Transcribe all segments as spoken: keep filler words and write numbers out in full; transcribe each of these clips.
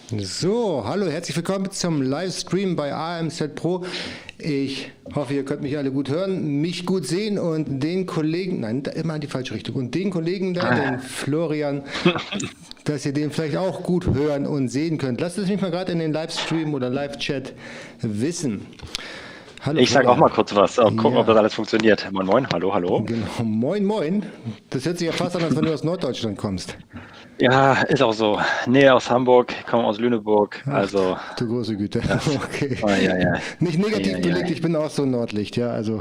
So, hallo, herzlich willkommen zum Livestream bei A M Z Pro. Ich hoffe, ihr könnt mich alle gut hören, mich gut sehen und den Kollegen, nein, immer in die falsche Richtung, und den Kollegen da, den Florian, dass ihr den vielleicht auch gut hören und sehen könnt. Lasst es mich mal gerade in den Livestream oder Live-Chat wissen. Hallo, ich sage auch mal kurz was, auch gucken, ja. ob das alles funktioniert. Moin, moin, hallo, hallo. Genau, moin, moin. Das hört sich ja fast an, als wenn du aus Norddeutschland kommst. Ja, ist auch so. Nähe aus Hamburg, komme aus Lüneburg, also... Ach, du große Güte. Das, okay. oh, ja, ja. Nicht negativ ja, belegt, ja. ich bin auch so Nordlicht, ja, also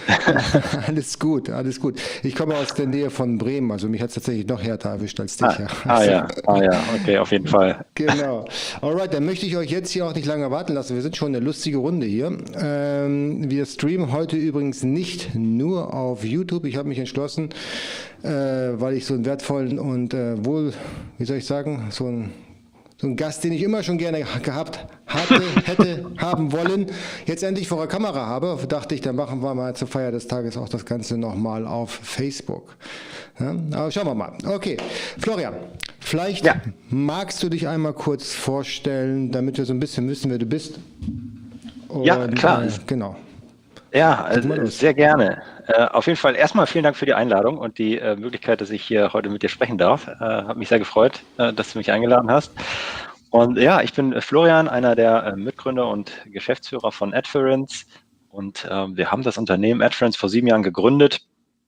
alles gut, alles gut. Ich komme aus der Nähe von Bremen, also mich hat es tatsächlich noch härter erwischt als dich. Ah, ja. ah ja, ah ja, okay, auf jeden Fall. Genau. Alright, dann möchte ich euch jetzt hier auch nicht lange warten lassen. Wir sind schon eine lustige Runde hier. Ähm, wir streamen heute übrigens nicht nur auf YouTube. Ich habe mich entschlossen, äh, weil ich so einen wertvollen und äh, wohl, wie soll ich sagen, so ein So ein Gast, den ich immer schon gerne gehabt hatte, hätte, haben wollen, jetzt endlich vor der Kamera habe, dachte ich, dann machen wir mal zur Feier des Tages auch das Ganze nochmal auf Facebook. Ja, aber schauen wir mal. Okay, Florian, vielleicht ja. magst du dich einmal kurz vorstellen, damit wir so ein bisschen wissen, wer du bist. Und, ja, klar. Äh, genau. Ja, also sehr gerne. Äh, auf jeden Fall erstmal vielen Dank für die Einladung und die äh, Möglichkeit, dass ich hier heute mit dir sprechen darf. Äh, hat mich sehr gefreut, äh, dass du mich eingeladen hast. Und ja, ich bin Florian, einer der äh, Mitgründer und Geschäftsführer von Adference. Und ähm, wir haben das Unternehmen Adference vor sieben Jahren gegründet.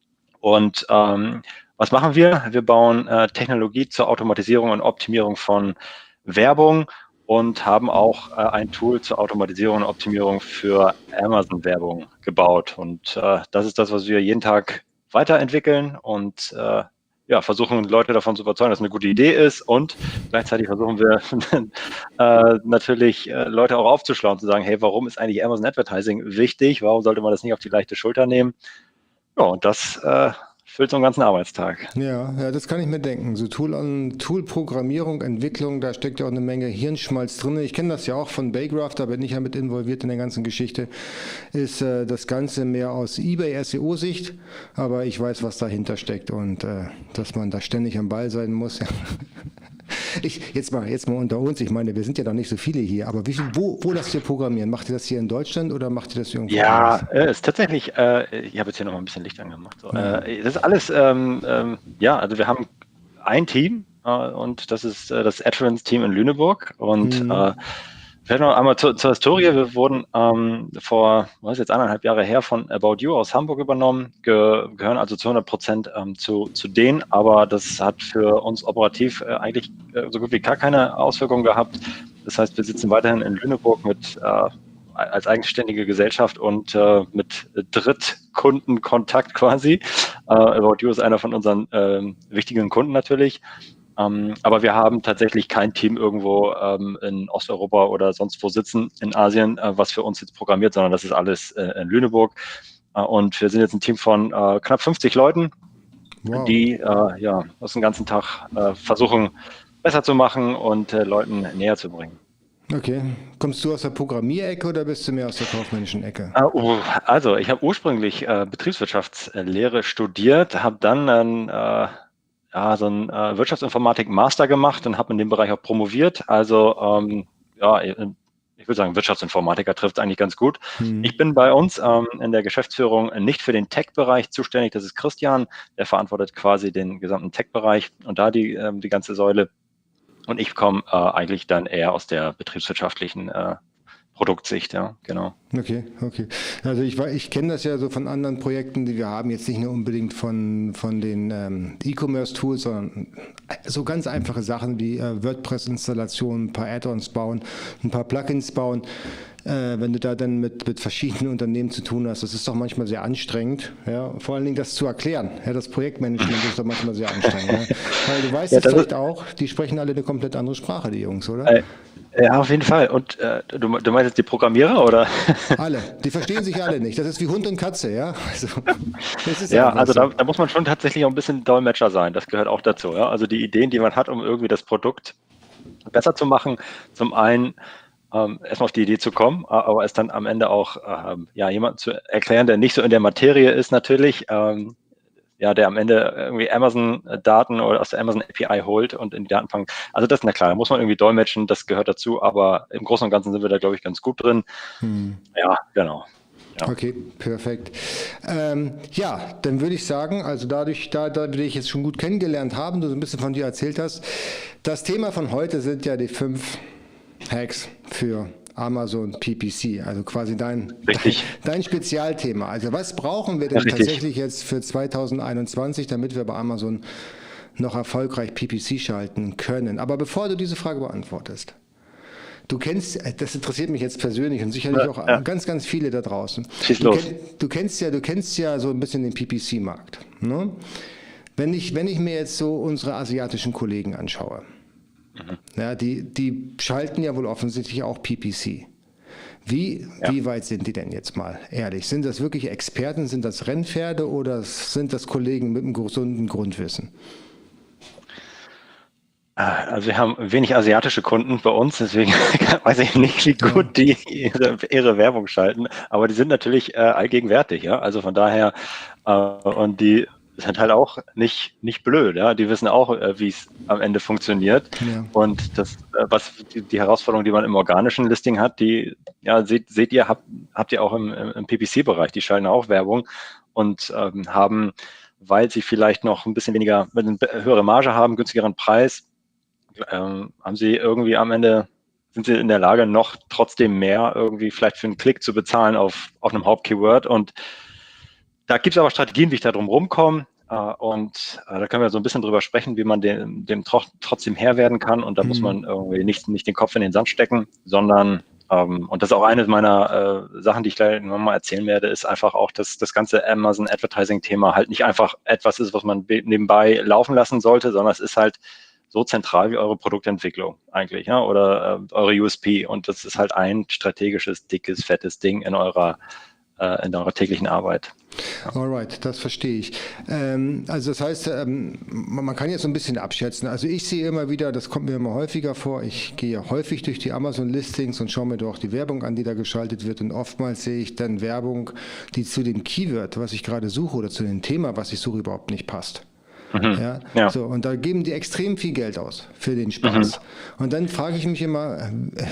Und ähm, was machen wir? Wir bauen äh, Technologie zur Automatisierung und Optimierung von Werbung und haben auch äh, ein Tool zur Automatisierung und Optimierung für Amazon-Werbung gebaut. Und äh, das ist das, was wir jeden Tag weiterentwickeln und äh, ja, versuchen, Leute davon zu überzeugen, dass es eine gute Idee ist. Und gleichzeitig versuchen wir äh, natürlich äh, Leute auch aufzuschlauen, zu sagen, hey, warum ist eigentlich Amazon Advertising wichtig? Warum sollte man das nicht auf die leichte Schulter nehmen? Ja, und das äh, füllt so einen ganzen Arbeitstag. Ja, ja, das kann ich mir denken. So Tool an Tool-Programmierung, Entwicklung, da steckt ja auch eine Menge Hirnschmalz drin. Ich kenne das ja auch von Baygraph, da bin ich ja mit involviert in der ganzen Geschichte. Ist äh, das Ganze mehr aus eBay S E O-Sicht, aber ich weiß, was dahinter steckt und äh, dass man da ständig am Ball sein muss. Ich, jetzt, mal, jetzt mal unter uns, ich meine, wir sind ja noch nicht so viele hier, aber wie viel, wo, wo lasst ihr programmieren? Macht ihr das hier in Deutschland oder macht ihr das irgendwo Ja, anders? äh, ist tatsächlich, äh, ich habe jetzt hier noch mal ein bisschen Licht angemacht. So. Ja. Äh, das ist alles, ähm, ähm, ja, also wir haben ein Team äh, und das ist äh, das Adference-Team in Lüneburg und mhm. äh, vielleicht noch einmal zu, zur Historie. Wir wurden ähm, vor, was ist jetzt eineinhalb Jahre her, von About You aus Hamburg übernommen, ge gehören also zu hundert Prozent ähm, zu, zu denen, aber das hat für uns operativ äh, eigentlich äh, so gut wie gar keine Auswirkungen gehabt. Das heißt, wir sitzen weiterhin in Lüneburg mit äh, als eigenständige Gesellschaft und äh, mit Drittkundenkontakt quasi. Äh, About You ist einer von unseren äh, wichtigen Kunden natürlich. Um, aber wir haben tatsächlich kein Team irgendwo ähm, in Osteuropa oder sonst wo sitzen in Asien, äh, was für uns jetzt programmiert, sondern das ist alles äh, in Lüneburg. Äh, und wir sind jetzt ein Team von äh, knapp fünfzig Leuten, wow. die äh, ja, das den ganzen Tag äh, versuchen, besser zu machen und äh, Leuten näher zu bringen. Okay. Kommst du aus der Programmierecke oder bist du mehr aus der kaufmännischen Ecke? Also, ich habe ursprünglich äh, Betriebswirtschaftslehre studiert, habe dann ein äh, ja, so ein äh, Wirtschaftsinformatik-Master gemacht und habe in dem Bereich auch promoviert. Also ähm, ja, ich würde sagen, Wirtschaftsinformatiker trifft es eigentlich ganz gut. Hm. Ich bin bei uns ähm, in der Geschäftsführung nicht für den Tech-Bereich zuständig. Das ist Christian, der verantwortet quasi den gesamten Tech-Bereich und da die, ähm, die ganze Säule. Und ich komme äh, eigentlich dann eher aus der betriebswirtschaftlichen äh, Produktsicht, ja, genau. Okay, okay. Also ich, ich kenne das ja so von anderen Projekten, die wir haben, jetzt nicht nur unbedingt von, von den ähm, E-Commerce-Tools, sondern so ganz einfache Sachen wie äh, WordPress-Installationen, ein paar Add-ons bauen, ein paar Plugins bauen. Äh, wenn du da dann mit, mit verschiedenen Unternehmen zu tun hast, das ist doch manchmal sehr anstrengend. Ja? Vor allen Dingen das zu erklären. Ja, das Projektmanagement ist doch manchmal sehr anstrengend. Ja? Weil du weißt ja, es vielleicht auch, die sprechen alle eine komplett andere Sprache, die Jungs, oder? Äh, Ja, auf jeden Fall. Und äh, du, du meinst jetzt die Programmierer, oder? Alle. Die verstehen sich alle nicht. Das ist wie Hund und Katze, ja? Also, das ist ja, also so. da, da muss man schon tatsächlich auch ein bisschen Dolmetscher sein. Das gehört auch dazu. Ja? Also die Ideen, die man hat, um irgendwie das Produkt besser zu machen, zum einen ähm, erstmal auf die Idee zu kommen, aber es dann am Ende auch ähm, ja, jemanden zu erklären, der nicht so in der Materie ist natürlich. Ähm, ja, der am Ende irgendwie Amazon-Daten oder aus der Amazon A P I holt und in die Datenbank. Also das ist na klar, da muss man irgendwie dolmetschen, das gehört dazu, aber im Großen und Ganzen sind wir da, glaube ich, ganz gut drin. Hm. Ja, genau. Ja. Okay, perfekt. Ähm, ja, dann würde ich sagen, also dadurch, da, da wir dich jetzt schon gut kennengelernt haben, du so ein bisschen von dir erzählt hast, das Thema von heute sind ja die fünf Hacks für Amazon P P C, also quasi dein, dein, dein Spezialthema. Also was brauchen wir denn ja, tatsächlich jetzt für zwanzig einundzwanzig, damit wir bei Amazon noch erfolgreich P P C schalten können? Aber bevor du diese Frage beantwortest, du kennst, das interessiert mich jetzt persönlich und sicherlich ja, auch ja. ganz, ganz viele da draußen. Schieß du, los. Kenn, du kennst ja, du kennst ja so ein bisschen den P P C-Markt. Ne? Wenn ich, wenn ich mir jetzt so unsere asiatischen Kollegen anschaue, ja, die, die schalten ja wohl offensichtlich auch P P C. Wie, ja. wie weit sind die denn jetzt mal, ehrlich? Sind das wirklich Experten, sind das Rennpferde oder sind das Kollegen mit einem gesunden Grundwissen? Also wir haben wenig asiatische Kunden bei uns, deswegen weiß ich nicht, wie gut die ihre, ihre Werbung schalten, aber die sind natürlich äh, allgegenwärtig, ja. Also von daher, äh, und die sind halt auch nicht, nicht blöd, ja. Die wissen auch, äh, wie es am Ende funktioniert. Ja. Und das, äh, was die, die Herausforderung, die man im organischen Listing hat, die, ja, seht, seht ihr, habt, habt ihr auch im, im P P C-Bereich, die schalten auch Werbung und ähm, haben, weil sie vielleicht noch ein bisschen weniger, eine höhere Marge haben, günstigeren Preis, ähm, haben sie irgendwie am Ende, sind sie in der Lage, noch trotzdem mehr irgendwie vielleicht für einen Klick zu bezahlen auf, auf einem Hauptkeyword. Und da gibt es aber Strategien, wie ich da drum rumkomme. Äh, und äh, da können wir so ein bisschen drüber sprechen, wie man dem, dem tro- trotzdem Herr werden kann. Und da mhm. muss man irgendwie nicht, nicht den Kopf in den Sand stecken, sondern, ähm, und das ist auch eine meiner äh, Sachen, die ich gleich nochmal erzählen werde, ist einfach auch, dass das ganze Amazon Advertising-Thema halt nicht einfach etwas ist, was man nebenbei laufen lassen sollte, sondern es ist halt so zentral wie eure Produktentwicklung eigentlich, ja, oder äh, eure U S P. Und das ist halt ein strategisches, dickes, fettes Ding in eurer äh, in eurer täglichen Arbeit. Alright, das verstehe ich. Ähm, also das heißt, ähm, man kann jetzt so ein bisschen abschätzen. Also ich sehe immer wieder, das kommt mir immer häufiger vor, ich gehe häufig durch die Amazon-Listings und schaue mir doch die Werbung an, die da geschaltet wird. Und oftmals sehe ich dann Werbung, die zu dem Keyword, was ich gerade suche, oder zu dem Thema, was ich suche, überhaupt nicht passt. Mhm. Ja, ja. So, und da geben die extrem viel Geld aus für den Spaß. Mhm. Und dann frage ich mich immer, äh,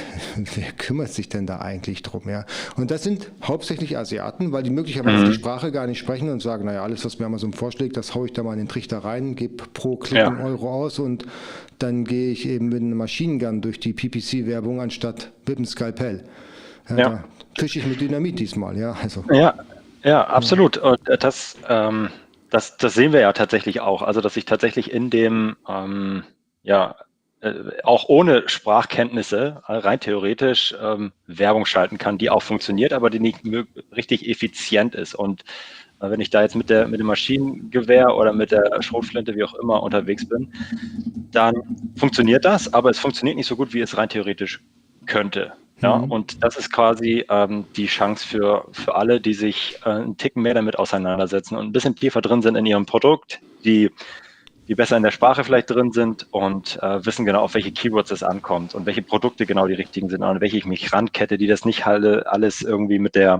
wer kümmert sich denn da eigentlich drum? Ja? Und das sind hauptsächlich Asiaten, weil die möglicherweise mhm. die Sprache gar nicht sprechen und sagen, naja, alles, was mir Amazon vorschlägt, das haue ich da mal in den Trichter rein, gebe pro Klick ja. einen Euro aus und dann gehe ich eben mit einem Maschinengun durch die P P C-Werbung anstatt mit einem Skalpell. Ja, ja. Da fische ich mit Dynamit diesmal. Ja, also. ja, ja, absolut. Und das... Ähm Das, das sehen wir ja tatsächlich auch, also dass ich tatsächlich in dem, ähm, ja, äh, auch ohne Sprachkenntnisse äh, rein theoretisch ähm, Werbung schalten kann, die auch funktioniert, aber die nicht richtig effizient ist. Und äh, wenn ich da jetzt mit der mit dem Maschinengewehr oder mit der Schrotflinte, wie auch immer, unterwegs bin, dann funktioniert das, aber es funktioniert nicht so gut, wie es rein theoretisch könnte. Ja, mhm. Und das ist quasi ähm, die Chance für, für alle, die sich äh, einen Ticken mehr damit auseinandersetzen und ein bisschen tiefer drin sind in ihrem Produkt, die, die besser in der Sprache vielleicht drin sind und äh, wissen genau, auf welche Keywords es ankommt und welche Produkte genau die richtigen sind, an welche ich mich rankette, die das nicht alle, alles irgendwie mit der,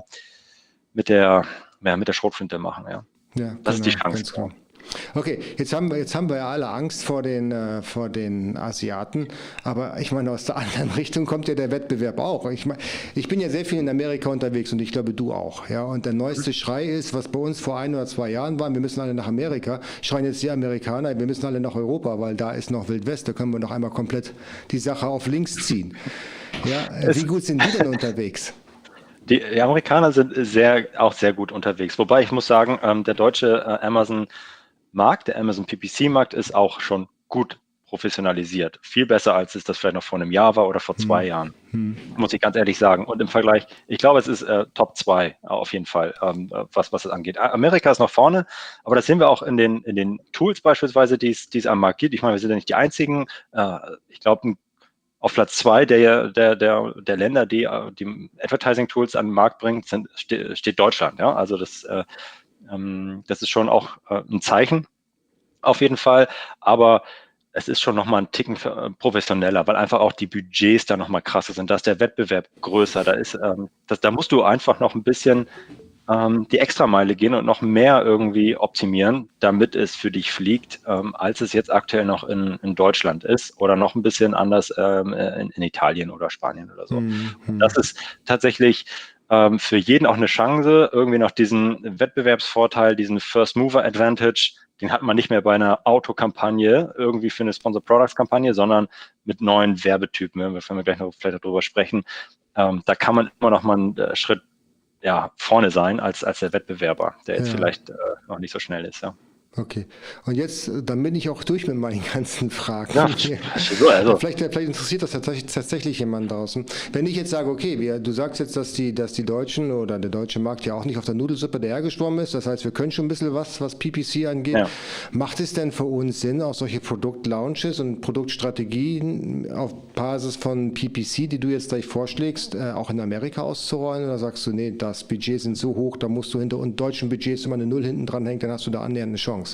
mit der, ja, mit der Schrotflinte machen. Ja, ja das genau, ist die Chance. Genau. Okay, jetzt haben wir jetzt haben wir ja alle Angst vor den äh, vor den Asiaten, aber ich meine, aus der anderen Richtung kommt ja der Wettbewerb auch. Ich meine, ich bin ja sehr viel in Amerika unterwegs und ich glaube, du auch, ja. Und der neueste Schrei ist, was bei uns vor ein oder zwei Jahren war, wir müssen alle nach Amerika. Schreien jetzt die Amerikaner, wir müssen alle nach Europa, weil da ist noch Wild West. Da können wir noch einmal komplett die Sache auf links ziehen. Ja, wie gut sind die denn unterwegs? Die, die Amerikaner sind sehr auch sehr gut unterwegs. Wobei ich muss sagen, ähm, der deutsche äh, Amazon Markt, der Amazon P P C-Markt ist auch schon gut professionalisiert. Viel besser, als es das vielleicht noch vor einem Jahr war oder vor zwei hm. Jahren, hm. muss ich ganz ehrlich sagen. Und im Vergleich, ich glaube, es ist äh, Top zwei auf jeden Fall, ähm, was, was es angeht. Amerika ist noch vorne, aber das sehen wir auch in den, in den Tools beispielsweise, die es am Markt gibt. Ich meine, wir sind ja nicht die einzigen. Äh, ich glaube, auf Platz zwei der, der, der, der Länder, die die Advertising-Tools an den Markt bringen, sind, steht Deutschland. Ja? Also das äh, Das ist schon auch äh, ein Zeichen, auf jeden Fall, aber es ist schon nochmal ein Ticken für, äh, professioneller, weil einfach auch die Budgets da nochmal krasser sind, da ist der Wettbewerb größer, da ist, ähm, das, da musst du einfach noch ein bisschen ähm, die Extrameile gehen und noch mehr irgendwie optimieren, damit es für dich fliegt, ähm, als es jetzt aktuell noch in, in Deutschland ist oder noch ein bisschen anders ähm, in, in Italien oder Spanien oder so. Mhm. Und das ist tatsächlich ähm, für jeden auch eine Chance, irgendwie noch diesen Wettbewerbsvorteil, diesen First Mover Advantage, den hat man nicht mehr bei einer Autokampagne, irgendwie für eine Sponsor Products Kampagne, sondern mit neuen Werbetypen, wenn wir, wenn wir gleich noch vielleicht darüber sprechen. Ähm, da kann man immer noch mal einen äh, Schritt ja, vorne sein als, als der Wettbewerber, der jetzt Ja. vielleicht äh, noch nicht so schnell ist. Ja. Okay. Und jetzt, äh, dann bin ich auch durch mit meinen ganzen Fragen. Ja, so, also. Vielleicht, vielleicht interessiert das tatsächlich, tatsächlich jemand draußen. Wenn ich jetzt sage, okay, wir, du sagst jetzt, dass die, dass die Deutschen oder der deutsche Markt ja auch nicht auf der Nudelsuppe dahergeschwommen ist. Das heißt, wir können schon ein bisschen was, was P P C angeht. Ja. Macht es denn für uns Sinn, auch solche Produktlaunches und Produktstrategien auf Basis von P P C, die du jetzt gleich vorschlägst, äh, auch in Amerika auszurollen? Oder sagst du, nee, das Budget sind so hoch, da musst du hinter und deutschen Budgets immer eine Null hinten dran hängt, dann hast du da annähernd eine Chance?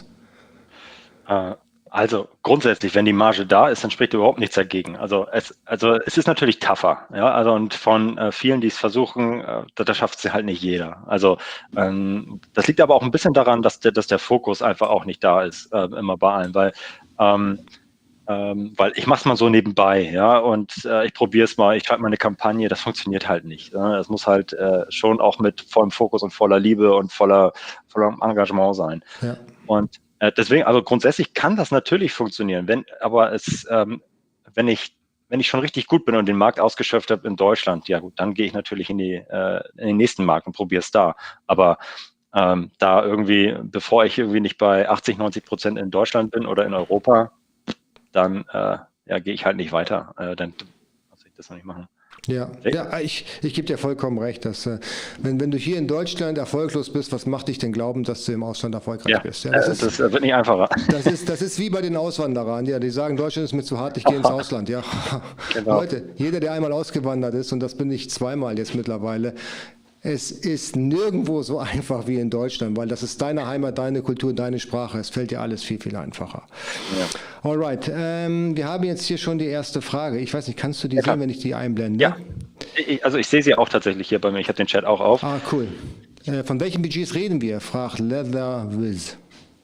Also grundsätzlich, wenn die Marge da ist, dann spricht überhaupt nichts dagegen. Also es, also es ist natürlich tougher, ja. Also und von äh, vielen, die es versuchen, äh, da, da schafft es halt nicht jeder. Also ähm, das liegt aber auch ein bisschen daran, dass der, dass der Fokus einfach auch nicht da ist, äh, immer bei allen, weil ähm, ähm, weil ich mache es mal so nebenbei, ja, und äh, ich probiere es mal, ich schreibe mal eine Kampagne, das funktioniert halt nicht. Ja? Das muss halt äh, schon auch mit vollem Fokus und voller Liebe und voller, voller Engagement sein. Ja. Und äh, deswegen, also grundsätzlich kann das natürlich funktionieren, wenn, aber es, ähm, wenn ich, wenn ich schon richtig gut bin und den Markt ausgeschöpft habe in Deutschland, ja gut, dann gehe ich natürlich in die, äh, in den nächsten Markt und probiere es da. Aber ähm, da irgendwie, bevor ich irgendwie nicht bei achtzig, neunzig Prozent in Deutschland bin oder in Europa, dann äh, ja, gehe ich halt nicht weiter. Äh, dann muss ich das noch nicht machen. Ja, ja ich, ich gebe dir vollkommen recht, dass äh, wenn, wenn du hier in Deutschland erfolglos bist, was macht dich denn glauben, dass du im Ausland erfolgreich ja, bist? Ja, das, äh, ist, das wird nicht einfacher. Das ist, das ist wie bei den Auswanderern, ja, die sagen, Deutschland ist mir zu hart, ich gehe ins Ausland. Ja, Genau. Leute, jeder, der einmal ausgewandert ist, und das bin ich zweimal jetzt mittlerweile, es ist nirgendwo so einfach wie in Deutschland, weil das ist deine Heimat, deine Kultur, deine Sprache. Es fällt dir alles viel, viel einfacher. Ja. Alright, ähm, wir haben jetzt hier schon die erste Frage. Ich weiß nicht, kannst du die ja, sehen, wenn ich die einblende? Ja, ich, also ich sehe sie auch tatsächlich hier bei mir. Ich habe den Chat auch auf. Ah, cool. Äh, von welchen Budgets reden wir? Fragt Leather Wiz.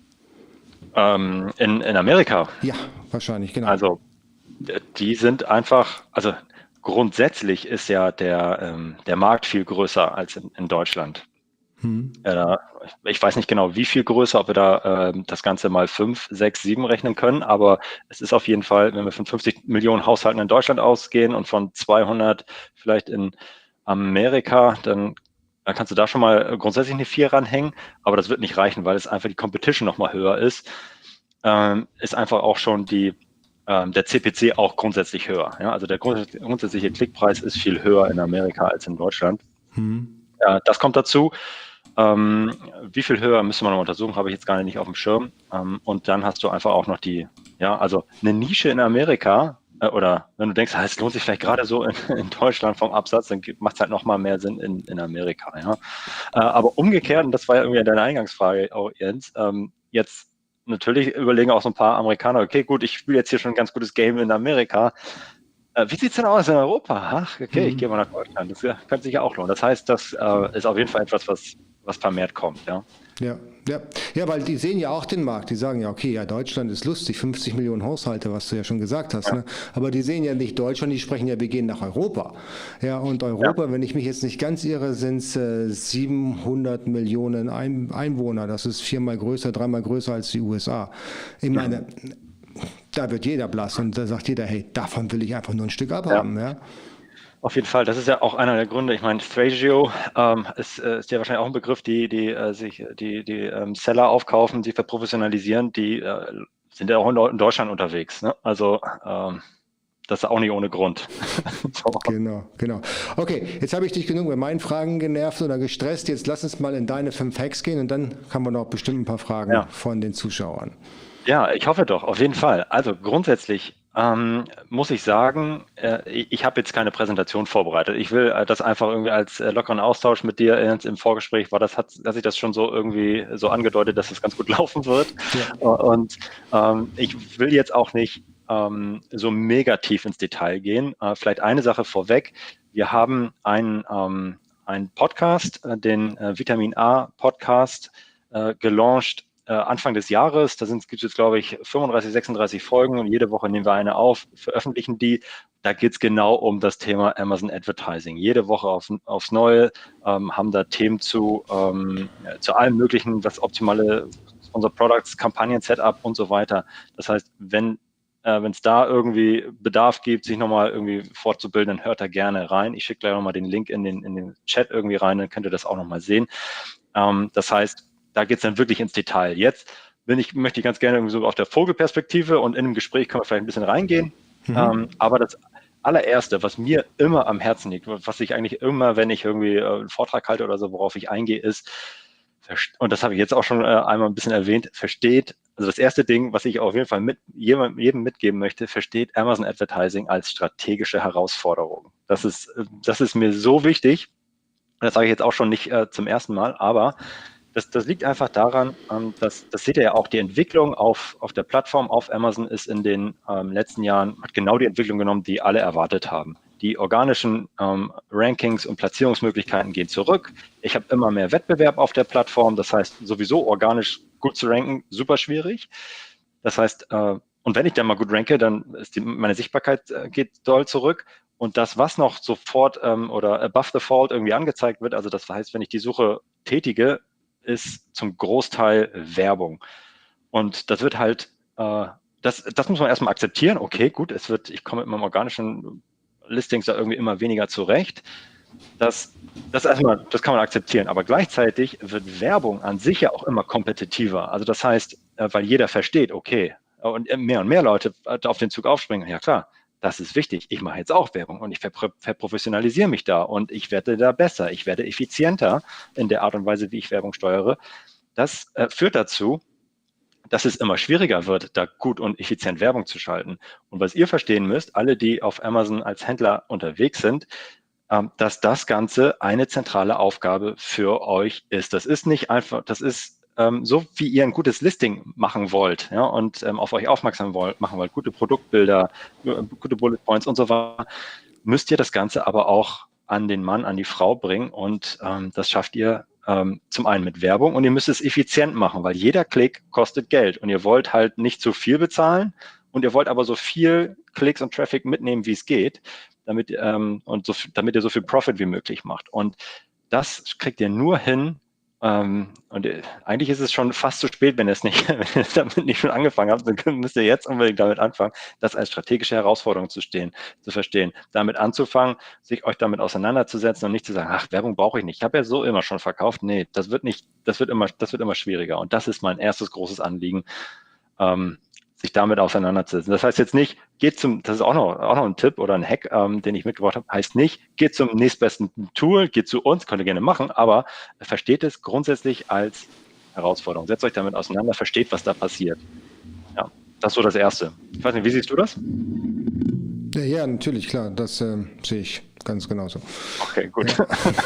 Ähm, in, in Amerika? Ja, wahrscheinlich, genau. Also die sind einfach, also grundsätzlich ist ja der, ähm, der Markt viel größer als in, in Deutschland. Hm. Äh, ich weiß nicht genau, wie viel größer, ob wir da äh, das Ganze mal fünf, sechs, sieben rechnen können, aber es ist auf jeden Fall, wenn wir von fünfzig Millionen Haushalten in Deutschland ausgehen und von zweihundert vielleicht in Amerika, dann, dann kannst du da schon mal grundsätzlich eine vier ranhängen, aber das wird nicht reichen, weil es einfach die Competition nochmal höher ist. Ähm, ist einfach auch schon die der C P C auch grundsätzlich höher. Ja? Also der grundsätzliche Klickpreis ist viel höher in Amerika als in Deutschland. Hm. Ja, das kommt dazu. Ähm, wie viel höher müssen wir noch untersuchen, habe ich jetzt gar nicht auf dem Schirm. Ähm, und dann hast du einfach auch noch die, ja, also eine Nische in Amerika, äh, oder wenn du denkst, ah, es lohnt sich vielleicht gerade so in, in Deutschland vom Absatz, dann macht es halt nochmal mehr Sinn in, in Amerika. Ja? Äh, aber umgekehrt, und das war ja irgendwie deine Eingangsfrage, auch Jens, ähm, jetzt natürlich überlegen auch so ein paar Amerikaner, okay, gut, ich spiele jetzt hier schon ein ganz gutes Game in Amerika. Äh, wie sieht es denn aus in Europa? Ach, okay, mhm. ich gehe mal nach Deutschland. Das ja, könnte sich ja auch lohnen. Das heißt, das äh, ist auf jeden Fall etwas, was, was vermehrt kommt. Ja? Ja, ja. Ja, weil die sehen ja auch den Markt. Die sagen ja, okay, ja, Deutschland ist lustig, fünfzig Millionen Haushalte, was du ja schon gesagt hast. Ja. Ne? Aber die sehen ja nicht Deutschland, die sprechen ja, wir gehen nach Europa. Ja, und Europa, ja. wenn ich mich jetzt nicht ganz irre, sind es äh, siebenhundert Millionen Ein- Einwohner. Das ist viermal größer, dreimal größer als die U S A. Ich meine, ja. da wird jeder blass und da sagt jeder, hey, davon will ich einfach nur ein Stück abhaben. Ja. Ja? Auf jeden Fall, das ist ja auch einer der Gründe. Ich meine, Thrasio ähm, ist, äh, ist ja wahrscheinlich auch ein Begriff, die die äh, sich die die ähm, Seller aufkaufen, die verprofessionalisieren, die äh, sind ja auch in Deutschland unterwegs. Ne? Also ähm, das ist auch nicht ohne Grund. So. Genau, genau. Okay, jetzt habe ich dich genug mit meinen Fragen genervt oder gestresst. Jetzt lass uns mal in deine fünf Hacks gehen und dann haben wir noch bestimmt ein paar Fragen ja. von den Zuschauern. Ja, ich hoffe doch, auf jeden Fall. Also grundsätzlich ähm, muss ich sagen, äh, ich, ich habe jetzt keine Präsentation vorbereitet. Ich will äh, das einfach irgendwie als äh, lockeren Austausch mit dir äh, im Vorgespräch war, das hat, dass ich das schon so irgendwie so angedeutet, dass das ganz gut laufen wird. Ja. Und ähm, ich will jetzt auch nicht ähm, so mega tief ins Detail gehen. Äh, vielleicht eine Sache vorweg. Wir haben einen, ähm, einen Podcast, äh, den äh, Vitamin A Podcast, äh, gelauncht äh, Anfang des Jahres. Da gibt es jetzt, glaube ich, fünfunddreißig, sechsunddreißig Folgen und jede Woche nehmen wir eine auf, veröffentlichen die. Da geht es genau um das Thema Amazon Advertising. Jede Woche auf, aufs Neue ähm, haben da Themen zu, ähm, zu allem Möglichen, das optimale unser Products, Kampagnen, Setup und so weiter. Das heißt, wenn äh, wenn es da irgendwie Bedarf gibt, sich nochmal irgendwie fortzubilden, dann hört da gerne rein. Ich schicke gleich nochmal den Link in den, in den Chat irgendwie rein, dann könnt ihr das auch nochmal sehen. Ähm, das heißt, da geht es dann wirklich ins Detail. Jetzt bin ich, möchte ich ganz gerne irgendwie so auf der Vogelperspektive und in einem Gespräch können wir vielleicht ein bisschen reingehen. Mhm. Ähm, aber das allererste, was mir immer am Herzen liegt, was ich eigentlich immer, wenn ich irgendwie äh, einen Vortrag halte oder so, worauf ich eingehe, ist, und das habe ich jetzt auch schon äh, einmal ein bisschen erwähnt, versteht, also das erste Ding, was ich auf jeden Fall mit jedem, jedem mitgeben möchte, versteht Amazon Advertising als strategische Herausforderung. Das ist, das ist mir so wichtig. Das sage ich jetzt auch schon nicht äh, zum ersten Mal, aber das, das liegt einfach daran, ähm, dass, das seht ihr ja auch, die Entwicklung auf, auf der Plattform, auf Amazon ist in den ähm, letzten Jahren, hat genau die Entwicklung genommen, die alle erwartet haben. Die organischen ähm, Rankings und Platzierungsmöglichkeiten gehen zurück. Ich habe immer mehr Wettbewerb auf der Plattform. Das heißt, sowieso organisch gut zu ranken, super schwierig. Das heißt, äh, und wenn ich dann mal gut ranke, dann ist die, meine Sichtbarkeit äh, geht doll zurück. Und das, was noch sofort ähm, oder above the fold irgendwie angezeigt wird, also das heißt, wenn ich die Suche tätige, ist zum Großteil Werbung. Und das wird halt, äh, das, das muss man erstmal akzeptieren. Okay, gut, es wird, ich komme mit meinem organischen Listings da irgendwie immer weniger zurecht. Das, das erstmal, das kann man akzeptieren. Aber gleichzeitig wird Werbung an sich ja auch immer kompetitiver. Also das heißt, weil jeder versteht, okay, und mehr und mehr Leute auf den Zug aufspringen, ja klar, das ist wichtig. Ich mache jetzt auch Werbung und ich verpro- verprofessionalisiere mich da und ich werde da besser, ich werde effizienter in der Art und Weise, wie ich Werbung steuere. Das äh, führt dazu, dass es immer schwieriger wird, da gut und effizient Werbung zu schalten. Und was ihr verstehen müsst, alle, die auf Amazon als Händler unterwegs sind, ähm, dass das Ganze eine zentrale Aufgabe für euch ist. Das ist nicht einfach, das ist ähm, so, wie ihr ein gutes Listing machen wollt, ja, und ähm, auf euch aufmerksam wollt, machen wollt, gute Produktbilder, gute Bullet Points und so weiter, müsst ihr das Ganze aber auch an den Mann, an die Frau bringen und ähm, das schafft ihr zum einen mit Werbung und ihr müsst es effizient machen, weil jeder Klick kostet Geld und ihr wollt halt nicht zu viel bezahlen und ihr wollt aber so viel Klicks und Traffic mitnehmen, wie es geht, damit, ähm, und so, damit ihr so viel Profit wie möglich macht. Und das kriegt ihr nur hin, ähm, und ihr, eigentlich ist es schon fast zu spät, wenn ihr es nicht, wenn ihr damit nicht schon angefangen habt, dann müsst ihr jetzt unbedingt damit anfangen, das als strategische Herausforderung zu stehen, zu verstehen, damit anzufangen, sich euch damit auseinanderzusetzen und nicht zu sagen, ach, Werbung brauche ich nicht. Ich habe ja so immer schon verkauft. Nee, das wird nicht, das wird immer, das wird immer schwieriger. Und das ist mein erstes großes Anliegen, ähm, sich damit auseinanderzusetzen. Das heißt jetzt nicht, geht zum, das ist auch noch, auch noch ein Tipp oder ein Hack, ähm, den ich mitgebracht habe, heißt nicht, geht zum nächstbesten Tool, geht zu uns, könnt ihr gerne machen, aber versteht es grundsätzlich als Herausforderung. Setzt euch damit auseinander, versteht, was da passiert. Ja, das ist so das Erste. Ich weiß nicht, wie siehst du das? Ja, natürlich, klar, das äh, sehe ich ganz genauso. Okay, gut. Ja.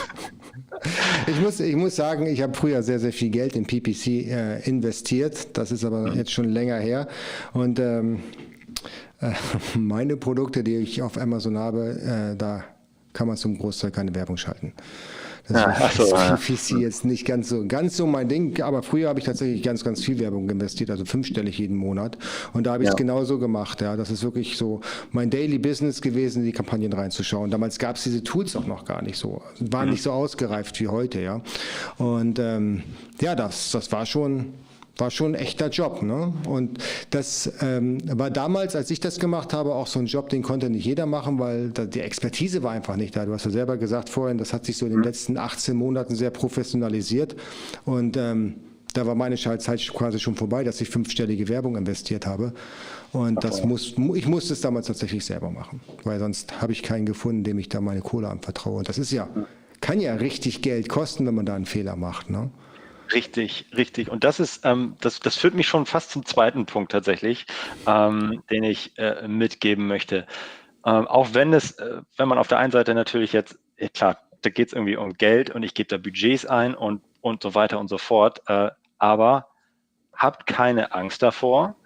Ich muss, ich muss sagen, ich habe früher sehr, sehr viel Geld in P P C äh, investiert. Das ist aber mhm. jetzt schon länger her. Und ähm, äh, meine Produkte, die ich auf Amazon habe, äh, da kann man zum Großteil keine Werbung schalten. Deswegen ja, so, ist P P C ja. jetzt nicht ganz so, ganz so mein Ding, aber früher habe ich tatsächlich ganz, ganz viel Werbung investiert, also fünfstellig jeden Monat. Und da habe ich es ja. genauso gemacht. Ja. Das ist wirklich so mein Daily Business gewesen, in die Kampagnen reinzuschauen. Damals gab es diese Tools auch noch gar nicht so, waren mhm. nicht so ausgereift wie heute. Ja. Und ähm, ja, das, das war schon... War schon ein echter Job, ne? Und das ähm, war damals, als ich das gemacht habe, auch so ein Job, den konnte nicht jeder machen, weil da, die Expertise war einfach nicht da. Du hast ja selber gesagt vorhin, das hat sich so in den letzten achtzehn Monaten sehr professionalisiert und ähm, da war meine Zeit quasi schon vorbei, dass ich fünfstellige Werbung investiert habe. Und okay. das muss, ich musste es damals tatsächlich selber machen, weil sonst habe ich keinen gefunden, dem ich da meine Kohle anvertraue. Und das ist ja, kann ja richtig Geld kosten, wenn man da einen Fehler macht, ne? Richtig, richtig. Und das ist, ähm, das, das führt mich schon fast zum zweiten Punkt tatsächlich, ähm, den ich äh, mitgeben möchte. Ähm, auch wenn es, äh, wenn man auf der einen Seite natürlich jetzt, ja klar, da geht es irgendwie um Geld und ich gebe da Budgets ein und, und so weiter und so fort, äh, aber habt keine Angst davor,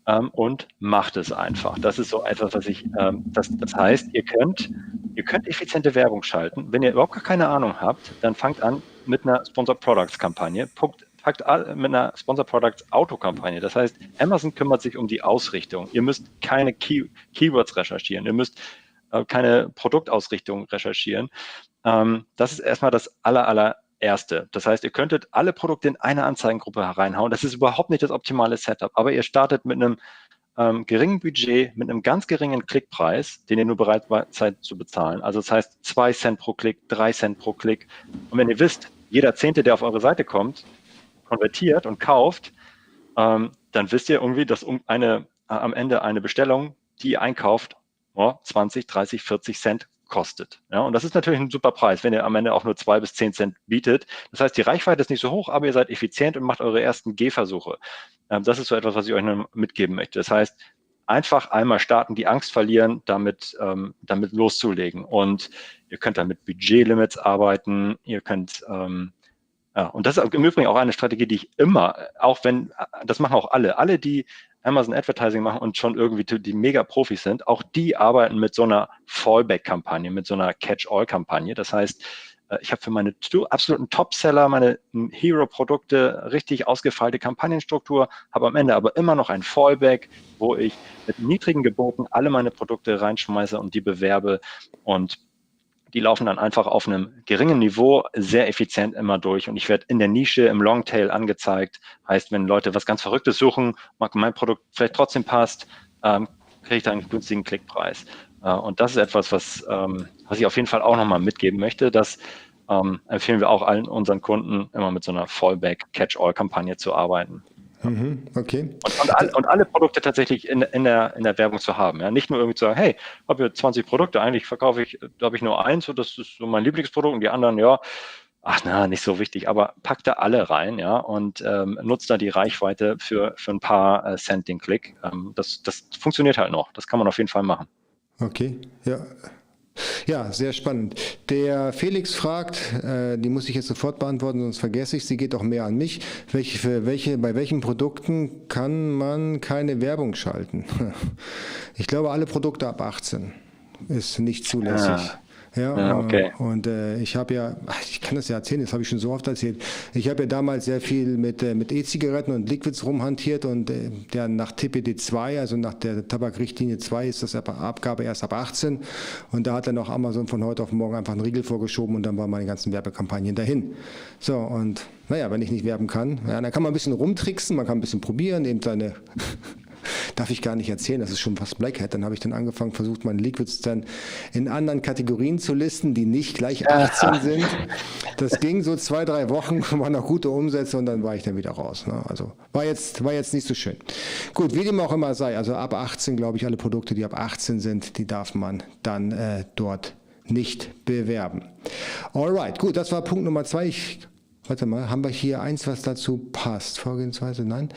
ähm, und macht es einfach. Das ist so etwas, was ich, ähm, das, das heißt, ihr könnt, ihr könnt effiziente Werbung schalten. Wenn ihr überhaupt gar keine Ahnung habt, dann fangt an mit einer Sponsored Products Kampagne, packt, packt mit einer Sponsored Products Autokampagne. Das heißt, Amazon kümmert sich um die Ausrichtung. Ihr müsst keine Key Keywords recherchieren. Ihr müsst äh, keine Produktausrichtung recherchieren. Ähm, das ist erstmal das aller, aller Erste. Das heißt, ihr könntet alle Produkte in eine Anzeigengruppe hereinhauen. Das ist überhaupt nicht das optimale Setup, aber ihr startet mit einem ähm, geringen Budget, mit einem ganz geringen Klickpreis, den ihr nur bereit seid zu bezahlen. Also das heißt, zwei Cent pro Klick, drei Cent pro Klick. Und wenn ihr wisst, jeder Zehnte, der auf eure Seite kommt, konvertiert und kauft, ähm, dann wisst ihr irgendwie, dass um eine, äh, am Ende eine Bestellung, die ihr einkauft, oh, zwanzig, dreißig, vierzig Cent kostet. Ja, und das ist natürlich ein super Preis, wenn ihr am Ende auch nur zwei bis zehn Cent bietet. Das heißt, die Reichweite ist nicht so hoch, aber ihr seid effizient und macht eure ersten Gehversuche. Ähm, das ist so etwas, was ich euch noch mitgeben möchte. Das heißt, einfach einmal starten, die Angst verlieren, damit, ähm, damit loszulegen. Und ihr könnt dann mit Budgetlimits arbeiten, ihr könnt ähm, ja, und das ist im Übrigen auch eine Strategie, die ich immer, auch wenn, das machen auch alle, alle, die Amazon Advertising machen und schon irgendwie die Mega-Profis sind, auch die arbeiten mit so einer Fallback-Kampagne, mit so einer Catch-all-Kampagne. Das heißt, ich habe für meine absoluten Top-Seller, meine Hero-Produkte richtig ausgefeilte Kampagnenstruktur, habe am Ende aber immer noch ein Fallback, wo ich mit niedrigen Geboten alle meine Produkte reinschmeiße und die bewerbe, und die laufen dann einfach auf einem geringen Niveau sehr effizient immer durch, und ich werde in der Nische im Longtail angezeigt. Heißt, wenn Leute was ganz Verrücktes suchen, mag mein Produkt vielleicht trotzdem passt, ähm, kriege ich dann einen günstigen Klickpreis. Äh, und das ist etwas, was, ähm, was ich auf jeden Fall auch nochmal mitgeben möchte. Das ähm, empfehlen wir auch allen unseren Kunden, immer mit so einer Fallback-Catch-all-Kampagne zu arbeiten. Mhm, okay. Und, und, all, und alle Produkte tatsächlich in, in, der, in der Werbung zu haben. Ja? Nicht nur irgendwie zu sagen, hey, ich habe hier zwanzig Produkte, eigentlich verkaufe ich, da habe ich nur eins, so, das ist so mein Lieblingsprodukt, und die anderen, ja, ach na, nicht so wichtig, aber packt da alle rein, ja, und ähm, nutzt da die Reichweite für, für ein paar äh, Cent den Klick. Ähm, das, das funktioniert halt noch, das kann man auf jeden Fall machen. Okay, ja. Ja, sehr spannend. Der Felix fragt, äh, die muss ich jetzt sofort beantworten, sonst vergesse ich, sie geht auch mehr an mich. Welche, für welche, bei welchen Produkten kann man keine Werbung schalten? Ich glaube, alle Produkte ab achtzehn ist nicht zulässig. Ah. Ja, Ja, okay. Und äh, ich habe ja, ich kann das ja erzählen, das habe ich schon so oft erzählt. Ich habe ja damals sehr viel mit, äh, mit E-Zigaretten und Liquids rumhantiert, und äh, der nach T P D zwei, also nach der Tabakrichtlinie zwei, ist das Abgabe erst ab achtzehn, und da hat dann auch Amazon von heute auf morgen einfach einen Riegel vorgeschoben, und dann waren meine ganzen Werbekampagnen dahin. So, und naja, wenn ich nicht werben kann, ja, dann kann man ein bisschen rumtricksen, man kann ein bisschen probieren, eben seine darf ich gar nicht erzählen, das ist schon fast Black Hat. Dann habe ich dann angefangen, versucht, meine Liquids dann in anderen Kategorien zu listen, die nicht gleich achtzehn sind. Das ging so zwei, drei Wochen, waren noch gute Umsätze, und dann war ich dann wieder raus. Ne? Also war jetzt, war jetzt nicht so schön. Gut, wie dem auch immer sei, also ab achtzehn, glaube ich, alle Produkte, die ab achtzehn sind, die darf man dann äh, dort nicht bewerben. Alright, gut, das war Punkt Nummer zwei. Ich, warte mal, haben wir hier eins, was dazu passt? Vorgehensweise, nein.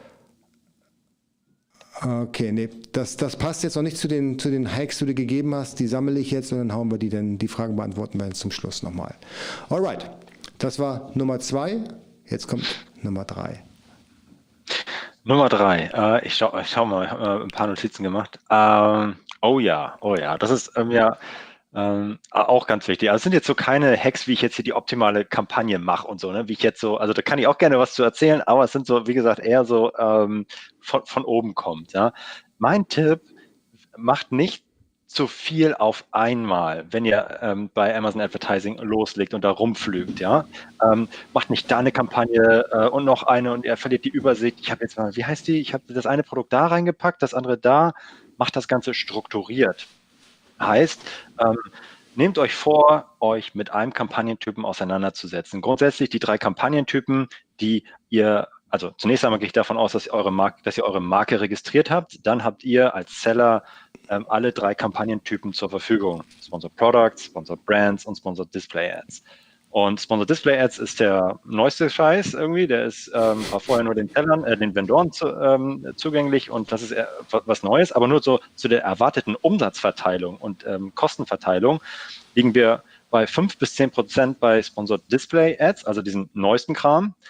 Okay, nee, das, das passt jetzt noch nicht zu den, zu den Hacks, die du gegeben hast. Die sammle ich jetzt, und dann hauen wir die dann, die Fragen beantworten wir zum Schluss nochmal. Alright, das war Nummer zwei. Jetzt kommt Nummer drei. Nummer drei. Äh, ich schau, ich schau mal, ich habe äh, ein paar Notizen gemacht. Ähm, oh ja, oh ja, das ist ähm, ja ähm, auch ganz wichtig. Also es sind jetzt so keine Hacks, wie ich jetzt hier die optimale Kampagne mache und so, ne? Wie ich jetzt so, also da kann ich auch gerne was zu erzählen, aber es sind so, wie gesagt, eher so ähm, von, von oben kommt. Ja? Mein Tipp: macht nicht zu viel auf einmal, wenn ihr ähm, bei Amazon Advertising loslegt und da rumflügt, ja. Ähm, macht nicht da eine Kampagne äh, und noch eine, und ihr verliert die Übersicht. Ich habe jetzt mal, wie heißt die? Ich habe das eine Produkt da reingepackt, das andere da. Macht das Ganze strukturiert. Heißt, ähm, nehmt euch vor, euch mit einem Kampagnentypen auseinanderzusetzen. Grundsätzlich die drei Kampagnentypen, die ihr, also zunächst einmal gehe ich davon aus, dass ihr eure Marke, dass ihr eure Marke registriert habt. Dann habt ihr als Seller ähm, alle drei Kampagnentypen zur Verfügung: Sponsored Products, Sponsored Brands und Sponsored Display Ads. Und Sponsored Display Ads ist der neueste Scheiß irgendwie. Der ist ähm, war vorher nur den Sellern, äh, den Vendoren zu, ähm, zugänglich, und das ist äh, was Neues. Aber nur so zu der erwarteten Umsatzverteilung und ähm, Kostenverteilung liegen wir bei fünf bis zehn Prozent bei Sponsored Display Ads, also diesen neuesten Kram.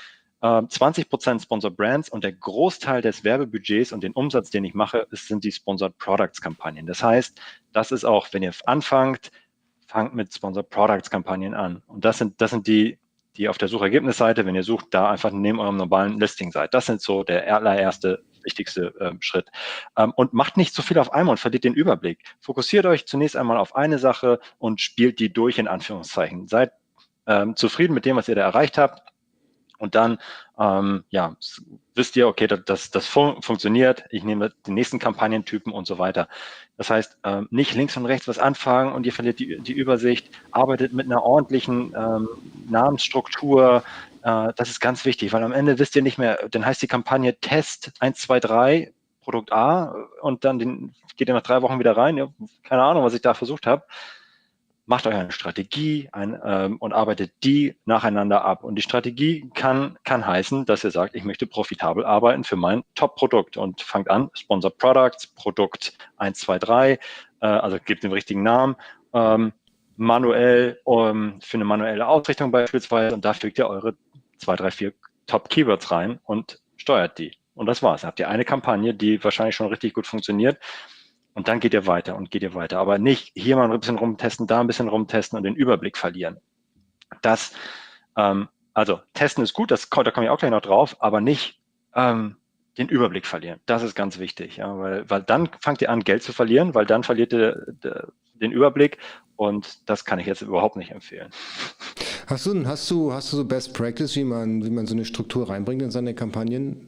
äh, zwanzig Prozent Sponsored Brands und der Großteil des Werbebudgets und den Umsatz, den ich mache, ist, sind die Sponsored Products Kampagnen. Das heißt, das ist auch, wenn ihr anfangt, fangt mit Sponsored Products Kampagnen an. Und das sind, das sind die, die auf der Suchergebnisseite, wenn ihr sucht, da einfach neben eurem normalen Listing seid. Das sind so der allererste, wichtigste äh, Schritt. Ähm, und macht nicht so viel auf einmal und verliert den Überblick. Fokussiert euch zunächst einmal auf eine Sache und spielt die durch, in Anführungszeichen. Seid ähm, zufrieden mit dem, was ihr da erreicht habt. Und dann, ähm, ja, wisst ihr, okay, das, das, das fun funktioniert, ich nehme den nächsten Kampagnentypen und so weiter. Das heißt, ähm, nicht links und rechts was anfangen und ihr verliert die, die Übersicht, arbeitet mit einer ordentlichen ähm, Namensstruktur, äh, das ist ganz wichtig, weil am Ende wisst ihr nicht mehr, dann heißt die Kampagne Test eins, zwei, drei, Produkt A und dann den, geht ihr nach drei Wochen wieder rein, ja, keine Ahnung, was ich da versucht habe. Macht euch eine Strategie ein, ähm, und arbeitet die nacheinander ab. Und die Strategie kann, kann heißen, dass ihr sagt, ich möchte profitabel arbeiten für mein Top-Produkt und fangt an, Sponsored Products, Produkt eins, zwei, drei, äh, also gebt den richtigen Namen, ähm, manuell um, für eine manuelle Ausrichtung beispielsweise und da fügt ihr eure zwei, drei, vier Top-Keywords rein und steuert die. Und das war's. Dann habt ihr eine Kampagne, die wahrscheinlich schon richtig gut funktioniert. Und dann geht ihr weiter und geht ihr weiter. Aber nicht hier mal ein bisschen rumtesten, da ein bisschen rumtesten und den Überblick verlieren. Das, ähm, also testen ist gut, das, da komme ich auch gleich noch drauf, aber nicht ähm, den Überblick verlieren. Das ist ganz wichtig, ja, weil, weil dann fangt ihr an, Geld zu verlieren, weil dann verliert ihr den Überblick und das kann ich jetzt überhaupt nicht empfehlen. Hast du, hast du, hast du so Best Practice, wie man, wie man so eine Struktur reinbringt in seine Kampagnen?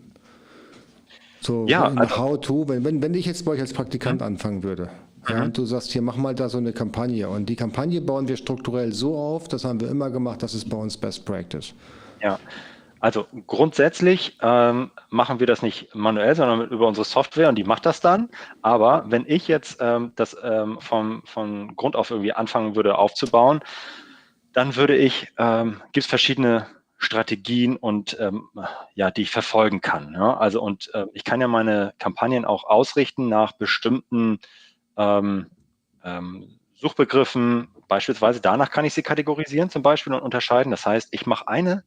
So ja, nach also, How-To, wenn, wenn, wenn ich jetzt bei euch als Praktikant mhm. anfangen würde, ja, mhm. und du sagst, hier, mach mal da so eine Kampagne und die Kampagne bauen wir strukturell so auf, das haben wir immer gemacht, das ist bei uns Best Practice. Ja, also grundsätzlich ähm, machen wir das nicht manuell, sondern über unsere Software und die macht das dann, aber wenn ich jetzt ähm, das ähm, vom, von Grund auf irgendwie anfangen würde aufzubauen, dann würde ich, ähm, gibt es verschiedene Strategien und ähm, ja, die ich verfolgen kann. Ja? Also und äh, ich kann ja meine Kampagnen auch ausrichten nach bestimmten ähm, ähm, Suchbegriffen. Beispielsweise danach kann ich sie kategorisieren zum Beispiel und unterscheiden. Das heißt, ich mache eine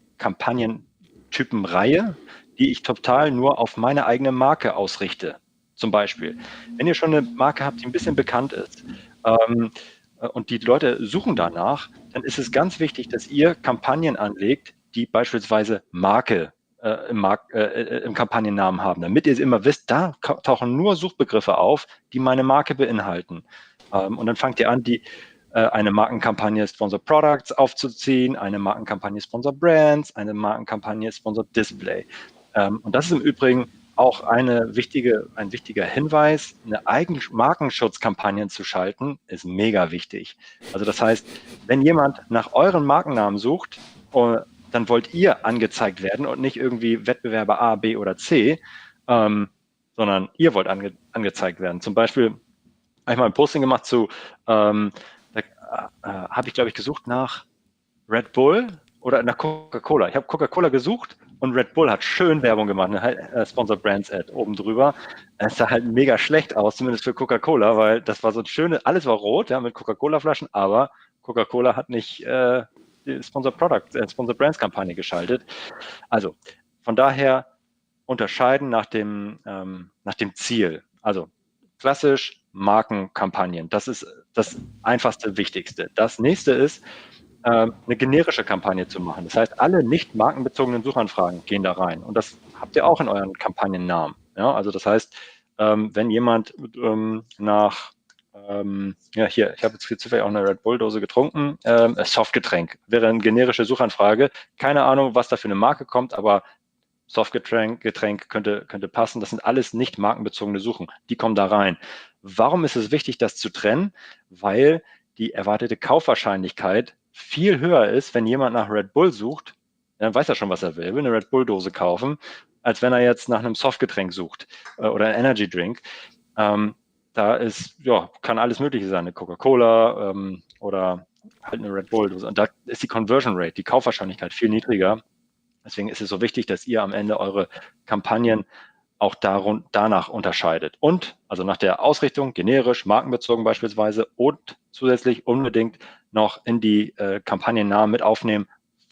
Kampagnentypenreihe, die ich total nur auf meine eigene Marke ausrichte. Zum Beispiel, wenn ihr schon eine Marke habt, die ein bisschen bekannt ist, ähm, und die Leute suchen danach, dann ist es ganz wichtig, dass ihr Kampagnen anlegt, die beispielsweise Marke äh, im, Mark äh, im Kampagnennamen haben, damit ihr immer wisst, da tauchen nur Suchbegriffe auf, die meine Marke beinhalten. Ähm, und dann fangt ihr an, die äh, eine Markenkampagne Sponsored Products aufzuziehen, eine Markenkampagne Sponsored Brands, eine Markenkampagne Sponsored Display. Ähm, und das ist im Übrigen auch eine wichtige, ein wichtiger Hinweis, eine eigene Markenschutzkampagne zu schalten, ist mega wichtig. Also das heißt, wenn jemand nach euren Markennamen sucht, dann wollt ihr angezeigt werden und nicht irgendwie Wettbewerber A, B oder C, ähm, sondern ihr wollt ange angezeigt werden. Zum Beispiel habe ich mal ein Posting gemacht zu, ähm, da äh, habe ich, glaube ich, gesucht nach Red Bull oder nach Coca-Cola. Ich habe Coca-Cola gesucht und Red Bull hat schön Werbung gemacht, eine äh, Sponsored Brands Ad oben drüber. Es sah halt mega schlecht aus, zumindest für Coca-Cola, weil das war so ein schönes, alles war rot, ja, mit Coca-Cola-Flaschen, aber Coca-Cola hat nicht äh, die Sponsored Product, äh, Sponsored Brands Kampagne geschaltet. Also von daher unterscheiden nach dem, ähm, nach dem Ziel. Also klassisch Markenkampagnen. Das ist das einfachste, wichtigste. Das nächste ist, eine generische Kampagne zu machen. Das heißt, alle nicht markenbezogenen Suchanfragen gehen da rein. Und das habt ihr auch in euren Kampagnennamen. Ja, also das heißt, ähm, wenn jemand ähm, nach, ähm, ja hier, ich habe jetzt zufällig auch eine Red Bull-Dose getrunken, ähm, Softgetränk wäre eine generische Suchanfrage. Keine Ahnung, was da für eine Marke kommt, aber Softgetränk Getränk könnte, könnte passen. Das sind alles nicht markenbezogene Suchen. Die kommen da rein. Warum ist es wichtig, das zu trennen? Weil die erwartete Kaufwahrscheinlichkeit viel höher ist, wenn jemand nach Red Bull sucht, dann weiß er schon, was er will, will eine Red Bull-Dose kaufen, als wenn er jetzt nach einem Softgetränk sucht äh, oder ein Energy Drink. Ähm, da ist, ja, kann alles Mögliche sein, eine Coca-Cola ähm, oder halt eine Red Bull-Dose. Und da ist die Conversion Rate, die Kaufwahrscheinlichkeit viel niedriger. Deswegen ist es so wichtig, dass ihr am Ende eure Kampagnen auch darun, danach unterscheidet. Und, also nach der Ausrichtung, generisch, markenbezogen beispielsweise und zusätzlich unbedingt noch in die äh, Kampagnennamen mit aufnehmen,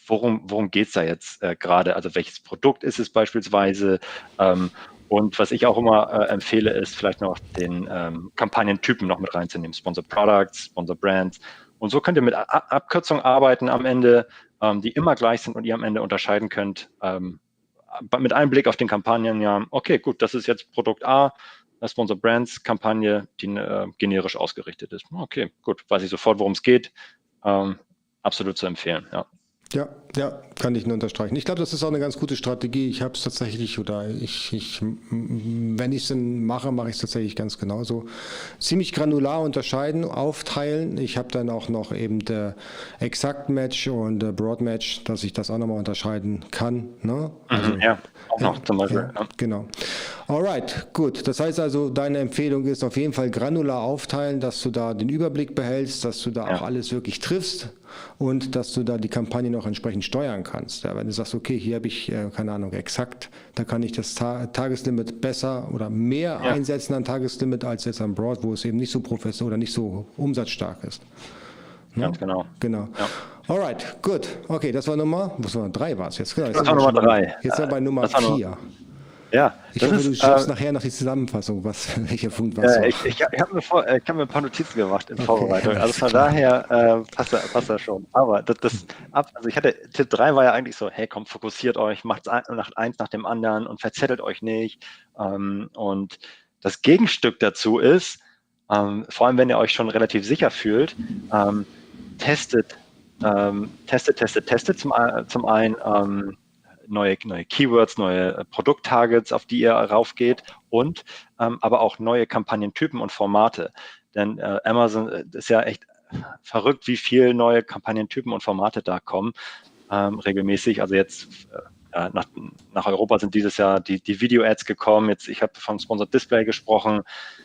worum, worum geht es da jetzt äh, gerade? Also welches Produkt ist es beispielsweise? Ähm, und was ich auch immer äh, empfehle, ist vielleicht noch den ähm, Kampagnentypen noch mit reinzunehmen. Sponsor Products, Sponsor Brands. Und so könnt ihr mit A Abkürzungen arbeiten am Ende, ähm, die immer gleich sind und ihr am Ende unterscheiden könnt, ähm, mit einem Blick auf den Kampagnen, ja, okay, gut, das ist jetzt Produkt A, eine Sponsor Brands Kampagne, die äh, generisch ausgerichtet ist. Okay, gut, weiß ich sofort, worum es geht. Ähm, absolut zu empfehlen, ja. Ja, ja, kann ich nur unterstreichen. Ich glaube, das ist auch eine ganz gute Strategie. Ich habe es tatsächlich, oder ich, ich wenn ich es mache, mache ich es tatsächlich ganz genauso. Ziemlich granular unterscheiden, aufteilen. Ich habe dann auch noch eben der Exact Match und der Broad Match, dass ich das auch nochmal unterscheiden kann. Ne? Also, mhm, ja, auch noch ja, zum Beispiel. Ja, genau. Alright, gut. Das heißt also, deine Empfehlung ist auf jeden Fall granular aufteilen, dass du da den Überblick behältst, dass du da Ja. auch alles wirklich triffst und dass du da die Kampagne noch entsprechend steuern kannst. Ja, wenn du sagst, okay, hier habe ich, äh, keine Ahnung, exakt, da kann ich das Ta Tageslimit besser oder mehr Ja. einsetzen an Tageslimit als jetzt am Broad, wo es eben nicht so professionell oder nicht so umsatzstark ist. Ne? Ganz genau. Genau. Ja. Alright, gut. Okay, das war Nummer, was war drei war es jetzt? Genau, jetzt Das sind war wir Nummer schon bei- drei. Jetzt sind wir bei Nummer Das war Nummer- vier. Ja, Ich das hoffe, du ist, schaffst äh, nachher noch die Zusammenfassung, was welcher Punkt was äh, war. ich, ich, ich habe mir, vor- äh, ich hab mir ein paar Notizen gemacht in Okay, Vorbereitung. Also alles von klar. daher äh, passt, er- passt das schon. Aber das, das ab, also ich hatte Tipp drei war ja eigentlich so, hey komm, fokussiert euch, macht nach, eins nach dem anderen und verzettelt euch nicht. Ähm, und das Gegenstück dazu ist, ähm, vor allem wenn ihr euch schon relativ sicher fühlt, ähm, testet, ähm, testet, testet, testet zum, ein- zum einen ähm, neue, neue Keywords, neue Produkttargets, auf die ihr raufgeht und ähm, aber auch neue Kampagnentypen und Formate. Denn äh, Amazon äh, ist ja echt verrückt, wie viele neue Kampagnentypen und Formate da kommen, ähm, regelmäßig. Also jetzt äh, nach, nach Europa sind dieses Jahr die, die Video-Ads gekommen. Jetzt, ich habe von Sponsored Display gesprochen.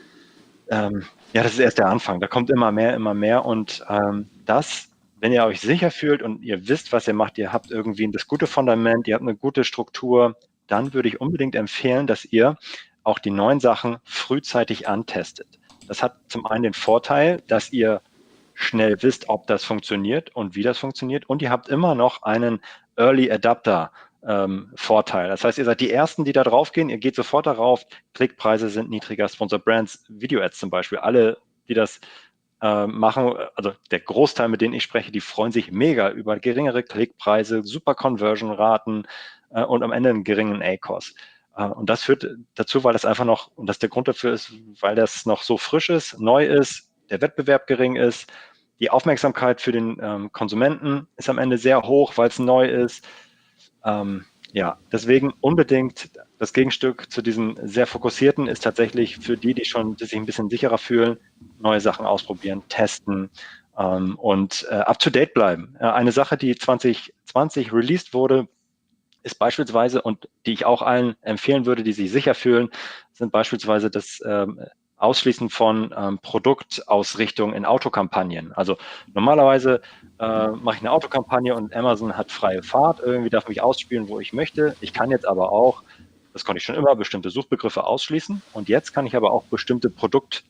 Ähm, ja, das ist erst der Anfang. Da kommt immer mehr, immer mehr. Und ähm, das, wenn ihr euch sicher fühlt und ihr wisst, was ihr macht, ihr habt irgendwie das gute Fundament, ihr habt eine gute Struktur, dann würde ich unbedingt empfehlen, dass ihr auch die neuen Sachen frühzeitig antestet. Das hat zum einen den Vorteil, dass ihr schnell wisst, ob das funktioniert und wie das funktioniert. Und ihr habt immer noch einen Early Adapter ähm, Vorteil. Das heißt, ihr seid die Ersten, die da drauf gehen, ihr geht sofort darauf, Klickpreise sind niedriger, Sponsor Brands, Video-Ads zum Beispiel, alle, die das äh, machen, also der Großteil, mit denen ich spreche, die freuen sich mega über geringere Klickpreise, super Conversion-Raten äh, und am Ende einen geringen A-Cost. Äh, und das führt dazu, weil das einfach noch, und das der Grund dafür ist, weil das noch so frisch ist, neu ist, der Wettbewerb gering ist, die Aufmerksamkeit für den ähm, Konsumenten ist am Ende sehr hoch, weil es neu ist. Ähm, ja, deswegen unbedingt das Gegenstück zu diesem sehr fokussierten ist tatsächlich für die, die schon sich ein bisschen sicherer fühlen, neue Sachen ausprobieren, testen ähm, und äh, up-to-date bleiben. Äh, eine Sache, die zwanzig zwanzig released wurde, ist beispielsweise, und die ich auch allen empfehlen würde, die sich sicher fühlen, sind beispielsweise das ähm, Ausschließen von ähm, Produktausrichtung in Autokampagnen. Also normalerweise äh, mache ich eine Autokampagne und Amazon hat freie Fahrt, irgendwie darf mich ausspielen, wo ich möchte. Ich kann jetzt aber auch, das konnte ich schon immer, bestimmte Suchbegriffe ausschließen und jetzt kann ich aber auch bestimmte Produkt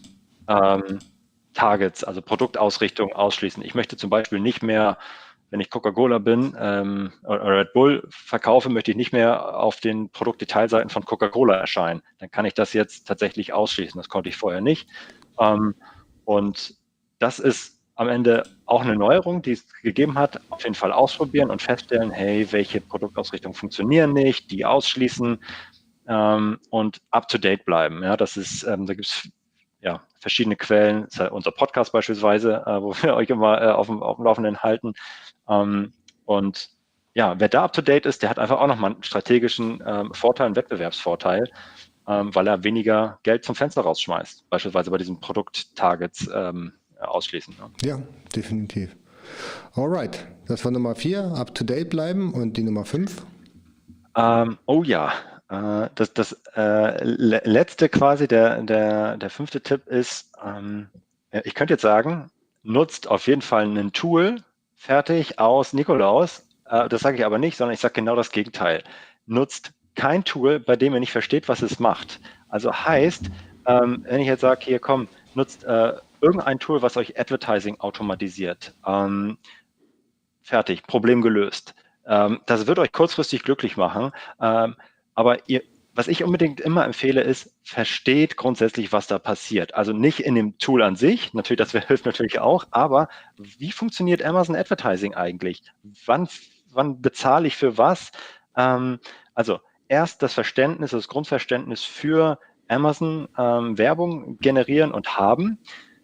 ähm, Targets, also Produktausrichtung ausschließen. Ich möchte zum Beispiel nicht mehr, wenn ich Coca-Cola bin ähm, oder Red Bull verkaufe, möchte ich nicht mehr auf den Produktdetailseiten von Coca-Cola erscheinen. Dann kann ich das jetzt tatsächlich ausschließen. Das konnte ich vorher nicht. Ähm, und das ist am Ende auch eine Neuerung, die es gegeben hat. Auf jeden Fall ausprobieren und feststellen, hey, welche Produktausrichtungen funktionieren nicht, die ausschließen ähm, und up-to-date bleiben. Ja, das ist, ähm, da gibt es ja, verschiedene Quellen, das ist halt unser Podcast beispielsweise, äh, wo wir euch immer äh, auf, dem, auf dem Laufenden halten. Ähm, und ja, wer da up-to-date ist, der hat einfach auch nochmal einen strategischen ähm, Vorteil, einen Wettbewerbsvorteil, ähm, weil er weniger Geld zum Fenster rausschmeißt, beispielsweise bei diesen Produkt-Targets ähm, ausschließen. Ne? Ja, definitiv. Alright, das war Nummer vier, up-to-date bleiben und die Nummer fünf? Ähm, oh ja, äh, das, das äh, le letzte quasi, der, der, der fünfte Tipp ist, ähm, ich könnte jetzt sagen, nutzt auf jeden Fall ein Tool, fertig, aus, Nikolaus. Äh, das sage ich aber nicht, sondern ich sage genau das Gegenteil. Nutzt kein Tool, bei dem ihr nicht versteht, was es macht. Also heißt, ähm, wenn ich jetzt sage, hier komm, nutzt äh, irgendein Tool, was euch Advertising automatisiert. Ähm, fertig, Problem gelöst. Ähm, das wird euch kurzfristig glücklich machen, ähm, aber ihr, was ich unbedingt immer empfehle, ist, versteht grundsätzlich, was da passiert. Also nicht in dem Tool an sich, natürlich, das hilft natürlich auch, aber wie funktioniert Amazon Advertising eigentlich? Wann, wann bezahle ich für was? Ähm, also erst das Verständnis, das Grundverständnis für Amazon ähm, Werbung generieren und haben.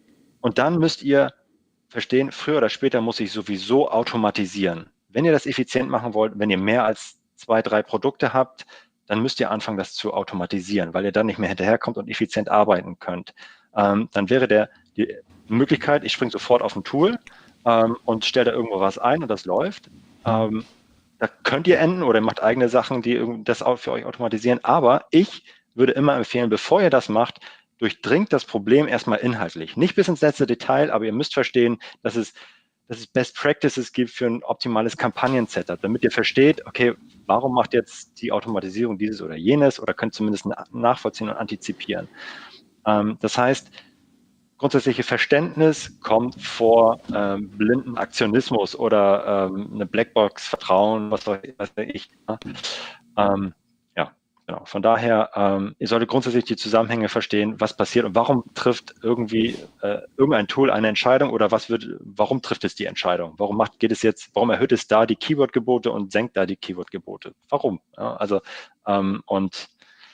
Und dann müsst ihr verstehen, früher oder später muss ich sowieso automatisieren. Wenn ihr das effizient machen wollt, wenn ihr mehr als zwei, drei Produkte habt, dann müsst ihr anfangen, das zu automatisieren, weil ihr dann nicht mehr hinterherkommt und effizient arbeiten könnt. Ähm, dann wäre der, die Möglichkeit, ich springe sofort auf ein Tool ähm, und stelle da irgendwo was ein und das läuft. Ähm, da könnt ihr enden oder ihr macht eigene Sachen, die das auch für euch automatisieren. Aber ich würde immer empfehlen, bevor ihr das macht, durchdringt das Problem erstmal inhaltlich. Nicht bis ins letzte Detail, aber ihr müsst verstehen, dass es, dass es Best Practices gibt für ein optimales Kampagnen-Setup, damit ihr versteht, okay, warum macht jetzt die Automatisierung dieses oder jenes oder könnt zumindest nachvollziehen und antizipieren. Ähm, das heißt, grundsätzliche Verständnis kommt vor ähm, blinden Aktionismus oder ähm, eine Blackbox, Vertrauen, was weiß ich. Ne? Ähm, ja, genau. Von daher, ähm, ihr solltet grundsätzlich die Zusammenhänge verstehen, was passiert und warum trifft irgendwie äh, irgendein Tool eine Entscheidung oder was wird, warum trifft es die Entscheidung? Warum macht, geht es jetzt, warum erhöht es da die Keyword-Gebote und senkt da die Keyword-Gebote? Warum? Ja, also ähm, und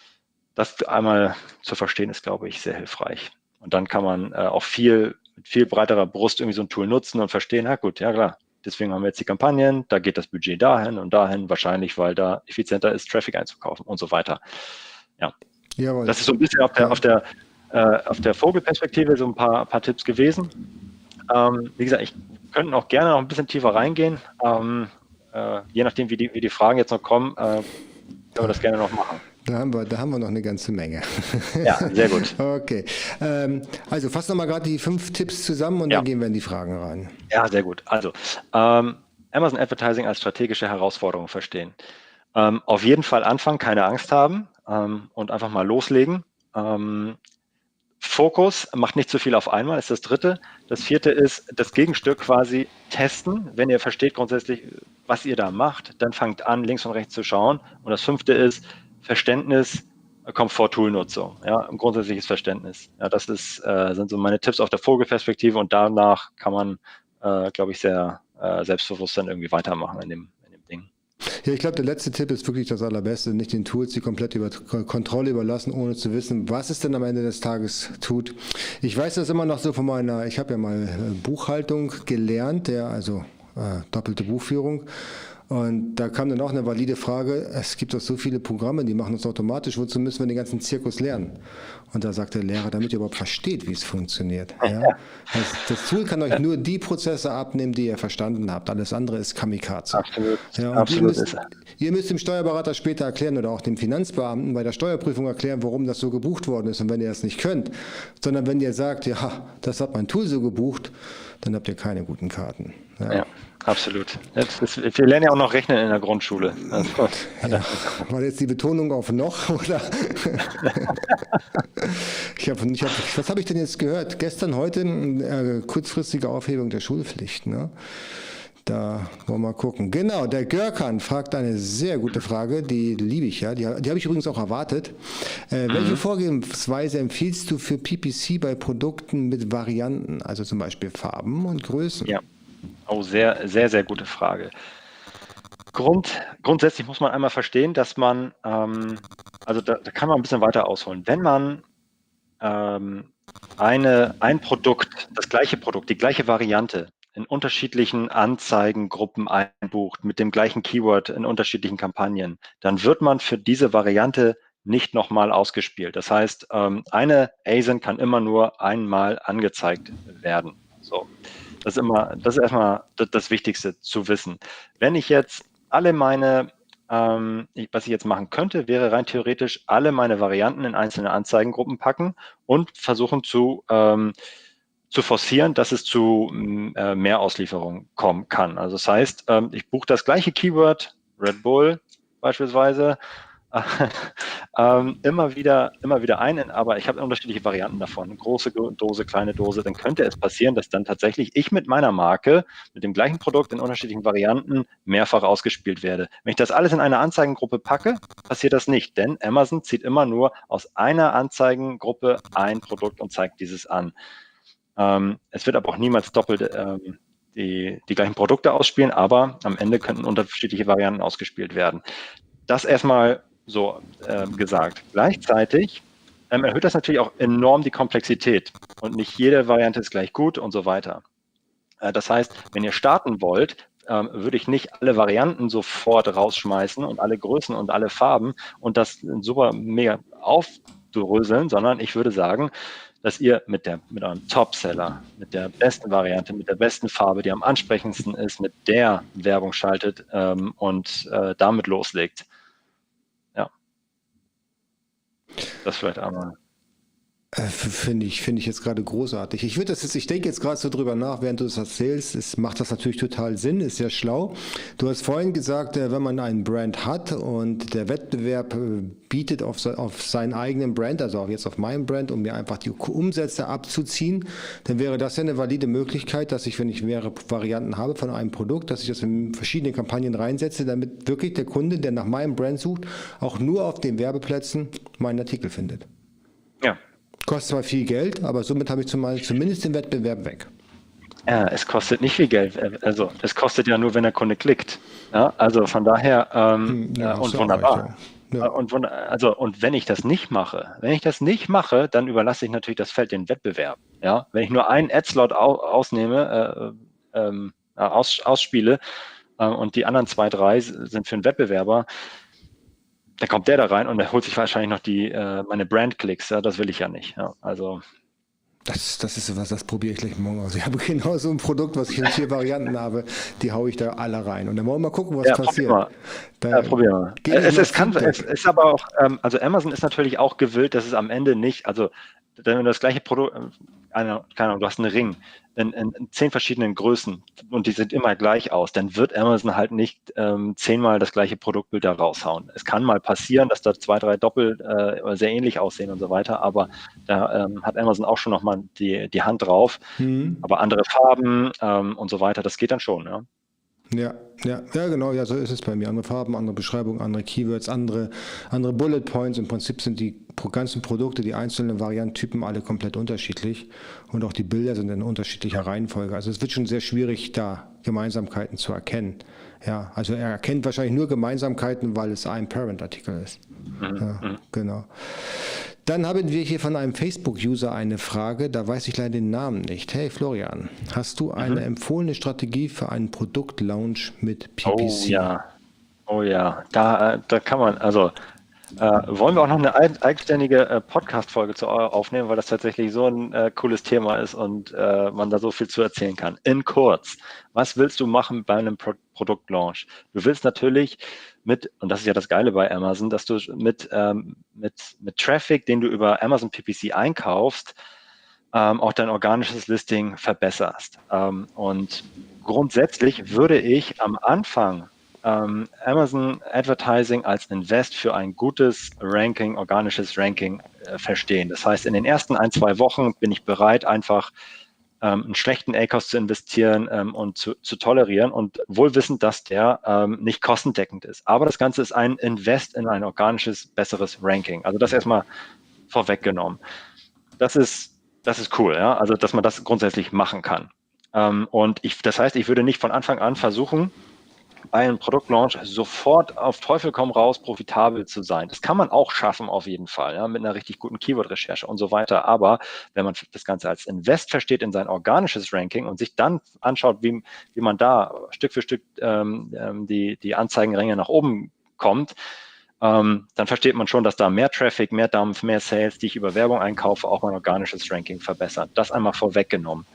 das einmal zu verstehen, ist, glaube ich, sehr hilfreich. Und dann kann man äh, auch viel mit viel breiterer Brust irgendwie so ein Tool nutzen und verstehen, na gut, ja klar, deswegen haben wir jetzt die Kampagnen, da geht das Budget dahin und dahin, wahrscheinlich, weil da effizienter ist, Traffic einzukaufen und so weiter. Ja, Jawohl. Das ist so ein bisschen auf der, ja. auf der, äh, auf der Vogelperspektive so ein paar, paar Tipps gewesen. Ähm, wie gesagt, ich könnte auch gerne noch ein bisschen tiefer reingehen. Ähm, äh, je nachdem, wie die, wie die Fragen jetzt noch kommen, äh, können wir das gerne noch machen. Da haben, wir, da haben wir noch eine ganze Menge. Ja, sehr gut. Okay. Ähm, also fassen wir mal gerade die fünf Tipps zusammen und ja. dann gehen wir in die Fragen rein. Ja, sehr gut. Also ähm, Amazon Advertising als strategische Herausforderung verstehen. Ähm, auf jeden Fall anfangen, keine Angst haben ähm, und einfach mal loslegen. Ähm, Fokus, macht nicht zu viel auf einmal, ist das dritte. Das vierte ist das Gegenstück quasi testen. Wenn ihr versteht grundsätzlich, was ihr da macht, dann fangt an, links und rechts zu schauen. Und das fünfte ist Verständnis, Komfort-Tool-Nutzung, ja, ein grundsätzliches Verständnis. Ja, das ist, äh, sind so meine Tipps auf der Vogelperspektive und danach kann man, äh, glaube ich, sehr äh, selbstbewusst dann irgendwie weitermachen in dem, in dem Ding. Ja, ich glaube, der letzte Tipp ist wirklich das Allerbeste, nicht den Tools die komplette über Kontrolle überlassen, ohne zu wissen, was es denn am Ende des Tages tut. Ich weiß das immer noch so von meiner, ich habe ja mal Buchhaltung gelernt, der, also äh, doppelte Buchführung. Und da kam dann auch eine valide Frage, es gibt doch so viele Programme, die machen das automatisch, wozu müssen wir den ganzen Zirkus lernen? Und da sagt der Lehrer, damit ihr überhaupt versteht, wie es funktioniert. Ja? Das, das Tool kann euch nur die Prozesse abnehmen, die ihr verstanden habt. Alles andere ist Kamikaze. Absolut. Ja, und Absolut ihr, müsst, ihr müsst dem Steuerberater später erklären oder auch dem Finanzbeamten bei der Steuerprüfung erklären, warum das so gebucht worden ist. Und wenn ihr das nicht könnt, sondern wenn ihr sagt, ja, das hat mein Tool so gebucht, dann habt ihr keine guten Karten. Ja, ja absolut. Das ist, wir lernen ja auch noch rechnen in der Grundschule. Also, ja, war jetzt die Betonung auf noch? Oder? ich hab, ich hab, was habe ich denn jetzt gehört? Gestern, heute äh, kurzfristige Aufhebung der Schulpflicht. Ne? Da wollen wir mal gucken. Genau, der Görkan fragt eine sehr gute Frage, die liebe ich ja, die, die habe ich übrigens auch erwartet. Äh, mhm. Welche Vorgehensweise empfiehlst du für P P C bei Produkten mit Varianten, also zum Beispiel Farben und Größen? Ja, oh, sehr, sehr, sehr gute Frage. Grund, grundsätzlich muss man einmal verstehen, dass man, ähm, also da, da kann man ein bisschen weiter ausholen. Wenn man ähm, eine, ein Produkt, das gleiche Produkt, die gleiche Variante in unterschiedlichen Anzeigengruppen einbucht, mit dem gleichen Keyword in unterschiedlichen Kampagnen, dann wird man für diese Variante nicht nochmal ausgespielt. Das heißt, eine A S I N kann immer nur einmal angezeigt werden. So, das ist immer, das ist erstmal das, das Wichtigste zu wissen. Wenn ich jetzt alle meine, ähm, was ich jetzt machen könnte, wäre rein theoretisch alle meine Varianten in einzelne Anzeigengruppen packen und versuchen zu ähm, zu forcieren, dass es zu äh, mehr Auslieferung kommen kann. Also das heißt, ähm, ich buche das gleiche Keyword, Red Bull beispielsweise, ähm, immer wieder, immer wieder ein, aber ich habe unterschiedliche Varianten davon. Große Dose, kleine Dose. Dann könnte es passieren, dass dann tatsächlich ich mit meiner Marke, mit dem gleichen Produkt in unterschiedlichen Varianten mehrfach ausgespielt werde. Wenn ich das alles in eine Anzeigengruppe packe, passiert das nicht, denn Amazon zieht immer nur aus einer Anzeigengruppe ein Produkt und zeigt dieses an. Ähm, es wird aber auch niemals doppelt ähm, die, die gleichen Produkte ausspielen, aber am Ende könnten unterschiedliche Varianten ausgespielt werden. Das erstmal so äh, gesagt. Gleichzeitig ähm, erhöht das natürlich auch enorm die Komplexität und nicht jede Variante ist gleich gut und so weiter. Äh, das heißt, wenn ihr starten wollt, ähm, würde ich nicht alle Varianten sofort rausschmeißen und alle Größen und alle Farben und das super mega aufdröseln, sondern ich würde sagen, dass ihr mit, der, mit eurem Topseller, mit der besten Variante, mit der besten Farbe, die am ansprechendsten ist, mit der Werbung schaltet ähm, und äh, damit loslegt. Ja. Das vielleicht einmal. Äh, Finde ich, finde ich jetzt gerade großartig. Ich würde das jetzt, ich denke jetzt gerade so drüber nach, während du das erzählst. Es macht das natürlich total Sinn, ist ja schlau. Du hast vorhin gesagt, äh, wenn man einen Brand hat und der Wettbewerb äh, bietet auf, se- auf seinen eigenen Brand, also auch jetzt auf meinem Brand, um mir einfach die Umsätze abzuziehen, dann wäre das ja eine valide Möglichkeit, dass ich, wenn ich mehrere Varianten habe von einem Produkt, dass ich das in verschiedene Kampagnen reinsetze, damit wirklich der Kunde, der nach meinem Brand sucht, auch nur auf den Werbeplätzen meinen Artikel findet. Ja. Kostet zwar viel Geld, aber somit habe ich zumal zumindest den Wettbewerb weg. Ja, es kostet nicht viel Geld. Also es kostet ja nur, wenn der Kunde klickt. Ja, also von daher ähm, Hm, ja, äh, hast und du auch recht, wunderbar. ja. Äh, Ja. Und, wund- also, und wenn ich das nicht mache, wenn ich das nicht mache, dann überlasse ich natürlich das Feld den Wettbewerb. Ja, wenn ich nur einen Ad-Slot au ausnehme, äh, ähm, äh, aus, ausspiele äh, und die anderen zwei, drei sind für einen Wettbewerber, dann kommt der da rein und der holt sich wahrscheinlich noch die äh, meine Brand-Klicks. Ja, das will ich ja nicht. Ja, also Das, das ist was, das probiere ich gleich morgen aus. Ich habe genau so ein Produkt, was ich in vier Varianten habe, die haue ich da alle rein. Und dann wollen wir mal gucken, was ja, probier passiert. mal. Ja, Da probier mal. gebe ich Es, mal es kann, es Feedback. ist aber auch, ähm, also Amazon ist natürlich auch gewillt, dass es am Ende nicht, also wenn du das gleiche Produkt, äh, eine, keine Ahnung, du hast einen Ring in, in, in zehn verschiedenen Größen und die sind immer gleich aus, dann wird Amazon halt nicht ähm, zehnmal das gleiche Produktbild da raushauen. Es kann mal passieren, dass da zwei, drei doppelt äh, oder sehr ähnlich aussehen und so weiter, aber da ähm, hat Amazon auch schon nochmal die, die Hand drauf. Hm. Aber andere Farben ähm, und so weiter, das geht dann schon, ja. Ja, ja, ja, genau, ja, so ist es bei mir. Andere Farben, andere Beschreibungen, andere Keywords, andere, andere Bullet Points. Im Prinzip sind die pro- ganzen Produkte, die einzelnen Variantentypen alle komplett unterschiedlich und auch die Bilder sind in unterschiedlicher Reihenfolge. Also es wird schon sehr schwierig, da Gemeinsamkeiten zu erkennen. Ja, also er erkennt wahrscheinlich nur Gemeinsamkeiten, weil es ein Parent-Artikel ist. Ja, genau. Dann haben wir hier von einem Facebook-User eine Frage, da weiß ich leider den Namen nicht. Hey Florian, hast du eine empfohlene Strategie für einen Produktlaunch mit P P C? Oh ja, oh ja, da, äh, da kann man, also äh, wollen wir auch noch eine ein- eigenständige äh, Podcast-Folge zu au- aufnehmen, weil das tatsächlich so ein äh, cooles Thema ist und äh, man da so viel zu erzählen kann. In kurz, was willst du machen bei einem Pro Produktlaunch? Du willst natürlich mit, und das ist ja das Geile bei Amazon, dass du mit, ähm, mit, mit Traffic, den du über Amazon P P C einkaufst, ähm, auch dein organisches Listing verbesserst. Ähm, und grundsätzlich würde ich am Anfang ähm, Amazon Advertising als Invest für ein gutes Ranking, organisches Ranking äh, verstehen. Das heißt, in den ersten ein, zwei Wochen bin ich bereit, einfach ähm, einen schlechten A C O S zu investieren ähm, und zu, zu tolerieren und wohl wissend, dass der ähm, nicht kostendeckend ist. Aber das Ganze ist ein Invest in ein organisches, besseres Ranking. Also das erstmal vorweggenommen. Das ist, das ist cool, ja. Also, dass man das grundsätzlich machen kann. Ähm, und ich, das heißt, ich würde nicht von Anfang an versuchen, bei einem Produktlaunch sofort auf Teufel komm raus profitabel zu sein. Das kann man auch schaffen, auf jeden Fall, ja, mit einer richtig guten Keyword-Recherche und so weiter. Aber wenn man das Ganze als Invest versteht in sein organisches Ranking und sich dann anschaut, wie, wie man da Stück für Stück ähm, die, die Anzeigenränge nach oben kommt, ähm, dann versteht man schon, dass da mehr Traffic, mehr Dampf, mehr Sales, die ich über Werbung einkaufe, auch mein organisches Ranking verbessert. Das einmal vorweggenommen.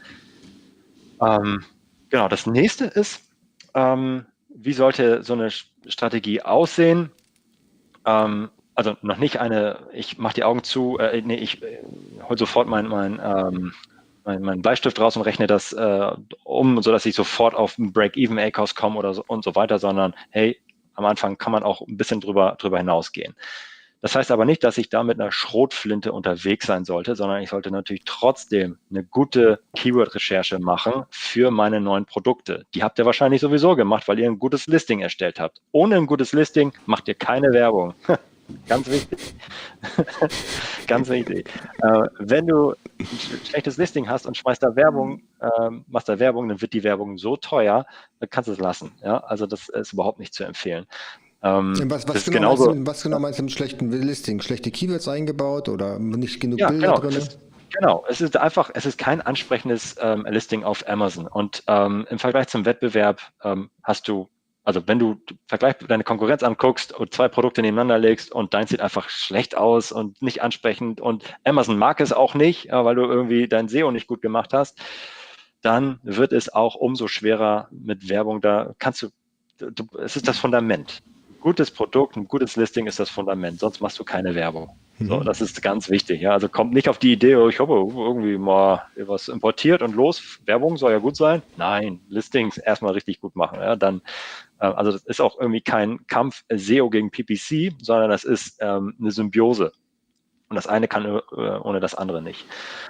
Ähm, genau, das nächste ist, ähm, wie sollte so eine Strategie aussehen? Ähm, also noch nicht eine, ich mache die Augen zu, äh, nee, ich äh, hole sofort mein, mein, ähm, mein, mein Bleistift raus und rechne das äh, um, sodass ich sofort auf ein Break-Even A C O S komme oder so und so weiter, sondern hey, am Anfang kann man auch ein bisschen drüber, drüber hinausgehen. Das heißt aber nicht, dass ich da mit einer Schrotflinte unterwegs sein sollte, sondern ich sollte natürlich trotzdem eine gute Keyword-Recherche machen für meine neuen Produkte. Die habt ihr wahrscheinlich sowieso gemacht, weil ihr ein gutes Listing erstellt habt. Ohne ein gutes Listing macht ihr keine Werbung. Ganz wichtig. Ganz wichtig. Äh, wenn du ein schlechtes Listing hast und schmeißt da Werbung, äh, machst da Werbung, dann wird die Werbung so teuer, dann kannst du es lassen. Ja? Also das ist überhaupt nicht zu empfehlen. Ähm, was, was, genau genauso, meinst du, was genau meinst du mit schlechten Listing? Schlechte Keywords eingebaut oder nicht genug ja, Bilder genau, drin? Es ist, genau, es ist einfach, es ist kein ansprechendes ähm, Listing auf Amazon. Und ähm, im Vergleich zum Wettbewerb ähm, hast du, also wenn du Vergleich deine Konkurrenz anguckst und zwei Produkte nebeneinander legst und deins sieht einfach schlecht aus und nicht ansprechend und Amazon mag es auch nicht, äh, weil du irgendwie dein S E O nicht gut gemacht hast, dann wird es auch umso schwerer mit Werbung. Da kannst du, du es ist das Fundament. Gutes Produkt, ein gutes Listing ist das Fundament, sonst machst du keine Werbung. So, das ist ganz wichtig. Ja. Also kommt nicht auf die Idee, oh, ich habe irgendwie mal was importiert und los, Werbung soll ja gut sein. Nein, Listings erstmal richtig gut machen. Ja. Dann, äh, also das ist auch irgendwie kein Kampf S E O gegen P P C, sondern das ist ähm, eine Symbiose. Und das eine kann äh, ohne das andere nicht.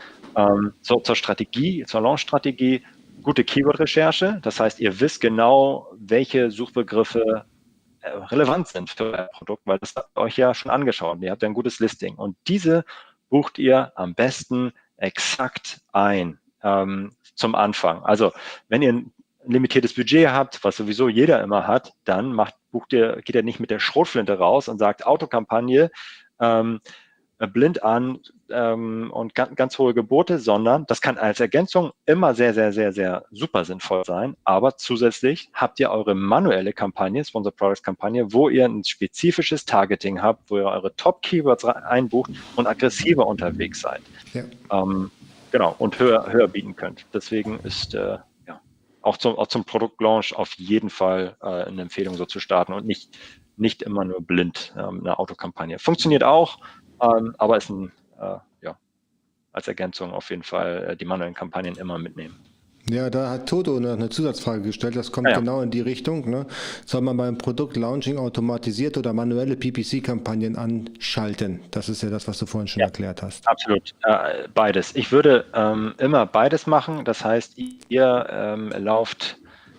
Ähm, so, zur Strategie, zur Launch-Strategie, gute Keyword-Recherche. Das heißt, ihr wisst genau, welche Suchbegriffe relevant sind für euer Produkt, weil das habt ihr euch ja schon angeschaut. Ihr habt ja ein gutes Listing. Und diese bucht ihr am besten exakt ein ähm, zum Anfang. Also wenn ihr ein limitiertes Budget habt, was sowieso jeder immer hat, dann macht, bucht ihr, geht ihr nicht mit der Schrotflinte raus und sagt Autokampagne, ähm, blind an ähm, und ganz, ganz hohe Gebote, sondern das kann als Ergänzung immer sehr, sehr, sehr, sehr super sinnvoll sein. Aber zusätzlich habt ihr eure manuelle Kampagne, Sponsor Products Kampagne, wo ihr ein spezifisches Targeting habt, wo ihr eure Top-Keywords einbucht und aggressiver unterwegs seid. Ja. Ähm, genau, und höher, höher bieten könnt. Deswegen ist äh, ja, auch zum, auch zum Produktlaunch auf jeden Fall äh, eine Empfehlung, so zu starten und nicht, nicht immer nur blind ähm, eine Autokampagne. Funktioniert auch, ähm, aber ist ein, äh, ja, als Ergänzung auf jeden Fall äh, die manuellen Kampagnen immer mitnehmen. Ja, da hat Toto eine, eine Zusatzfrage gestellt, das kommt ja, ja. genau in die Richtung. Ne? Soll man beim Produktlaunching automatisierte oder manuelle P P C-Kampagnen anschalten? Das ist ja das, was du vorhin schon ja, erklärt hast. Absolut, äh, beides. Ich würde ähm, immer beides machen, das heißt, ihr ähm, lauft,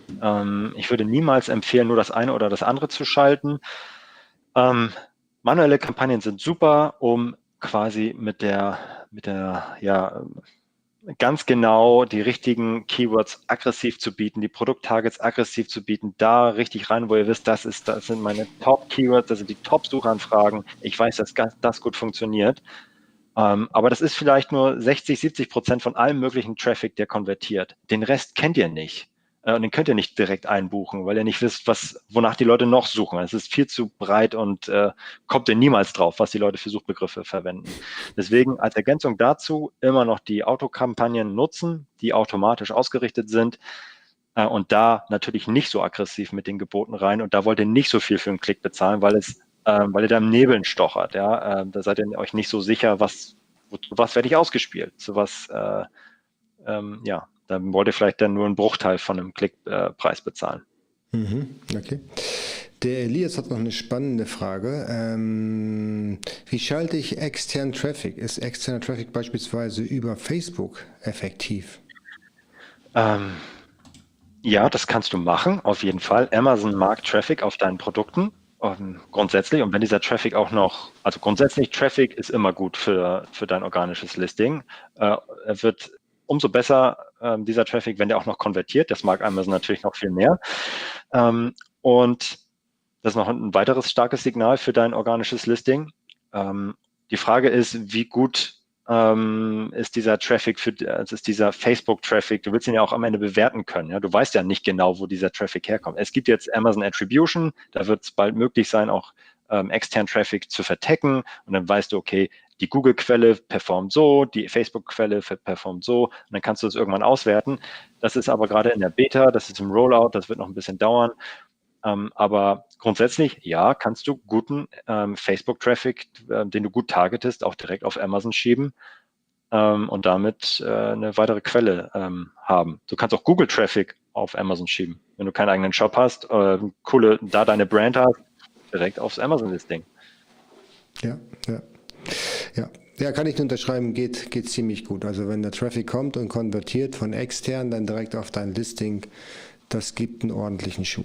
ähm, ich würde niemals empfehlen, nur das eine oder das andere zu schalten. Ähm, manuelle Kampagnen sind super, um quasi mit der, mit der, ja, ganz genau die richtigen Keywords aggressiv zu bieten, die Produkttargets aggressiv zu bieten, da richtig rein, wo ihr wisst, das ist, das sind meine Top-Keywords, das sind die Top-Suchanfragen. Ich weiß, dass das gut funktioniert. Ähm, aber das ist vielleicht nur sechzig, siebzig Prozent von allem möglichen Traffic, der konvertiert. Den Rest kennt ihr nicht. Und den könnt ihr nicht direkt einbuchen, weil ihr nicht wisst, was, wonach die Leute noch suchen. Es ist viel zu breit und äh, kommt ihr niemals drauf, was die Leute für Suchbegriffe verwenden. Deswegen als Ergänzung dazu immer noch die Autokampagnen nutzen, die automatisch ausgerichtet sind äh, und da natürlich nicht so aggressiv mit den Geboten rein. Und da wollt ihr nicht so viel für einen Klick bezahlen, weil es, äh, weil ihr da im Nebeln stochert. Ja? Äh, da seid ihr euch nicht so sicher, was, wozu was werde ich ausgespielt, zu was, äh, ähm, ja. Dann wollt ihr vielleicht dann nur einen Bruchteil von einem Klickpreis äh, bezahlen. Mhm, okay. Der Elias hat noch eine spannende Frage. Ähm, wie schalte ich externen Traffic? Ist externer Traffic beispielsweise über Facebook effektiv? Ähm, ja, das kannst du machen, auf jeden Fall. Amazon mag Traffic auf deinen Produkten. Ähm, grundsätzlich, und wenn dieser Traffic auch noch, also grundsätzlich Traffic ist immer gut für, für dein organisches Listing. Äh, er wird umso besser ähm, dieser Traffic, wenn der auch noch konvertiert. Das mag Amazon natürlich noch viel mehr. Ähm, und das ist noch ein weiteres starkes Signal für dein organisches Listing. Ähm, die Frage ist, wie gut ähm, ist dieser Traffic, für, also ist dieser Facebook-Traffic, du willst ihn ja auch am Ende bewerten können. Ja? Du weißt ja nicht genau, wo dieser Traffic herkommt. Es gibt jetzt Amazon Attribution, da wird es bald möglich sein, auch ähm, externen Traffic zu vertecken und dann weißt du, okay, die Google-Quelle performt so, die Facebook-Quelle performt so und dann kannst du es irgendwann auswerten. Das ist aber gerade in der Beta, das ist im Rollout, das wird noch ein bisschen dauern. Ähm, aber grundsätzlich, ja, kannst du guten ähm, Facebook-Traffic, äh, den du gut targetest, auch direkt auf Amazon schieben ähm, und damit äh, eine weitere Quelle ähm, haben. Du kannst auch Google-Traffic auf Amazon schieben. Wenn du keinen eigenen Shop hast, äh, coole, da deine Brand hast, direkt aufs Amazon-Listing. Ja, ja. Ja. Ja, kann ich nur unterschreiben, geht, geht ziemlich gut. Also wenn der Traffic kommt und konvertiert von extern dann direkt auf dein Listing, das gibt einen ordentlichen Schub.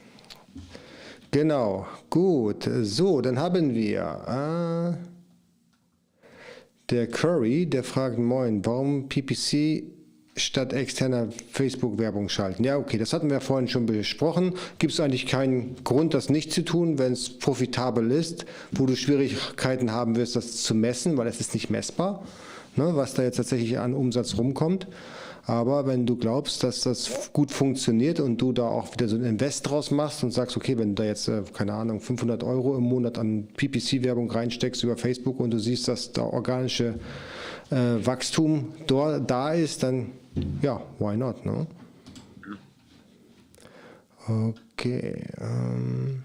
Genau, gut. So, dann haben wir äh, der Curry, der fragt, moin, warum P P C statt externer Facebook-Werbung schalten? Ja, okay, das hatten wir vorhin schon besprochen. Gibt es eigentlich keinen Grund, das nicht zu tun, wenn es profitabel ist, wo du Schwierigkeiten haben wirst, das zu messen, weil es ist nicht messbar, ne, was da jetzt tatsächlich an Umsatz rumkommt. Aber wenn du glaubst, dass das gut funktioniert und du da auch wieder so ein Invest draus machst und sagst, okay, wenn du da jetzt, keine Ahnung, fünfhundert Euro im Monat an P P C-Werbung reinsteckst über Facebook und du siehst, dass da organische äh, Wachstum dort, da ist, dann ja, why not, ne? Okay. Ähm,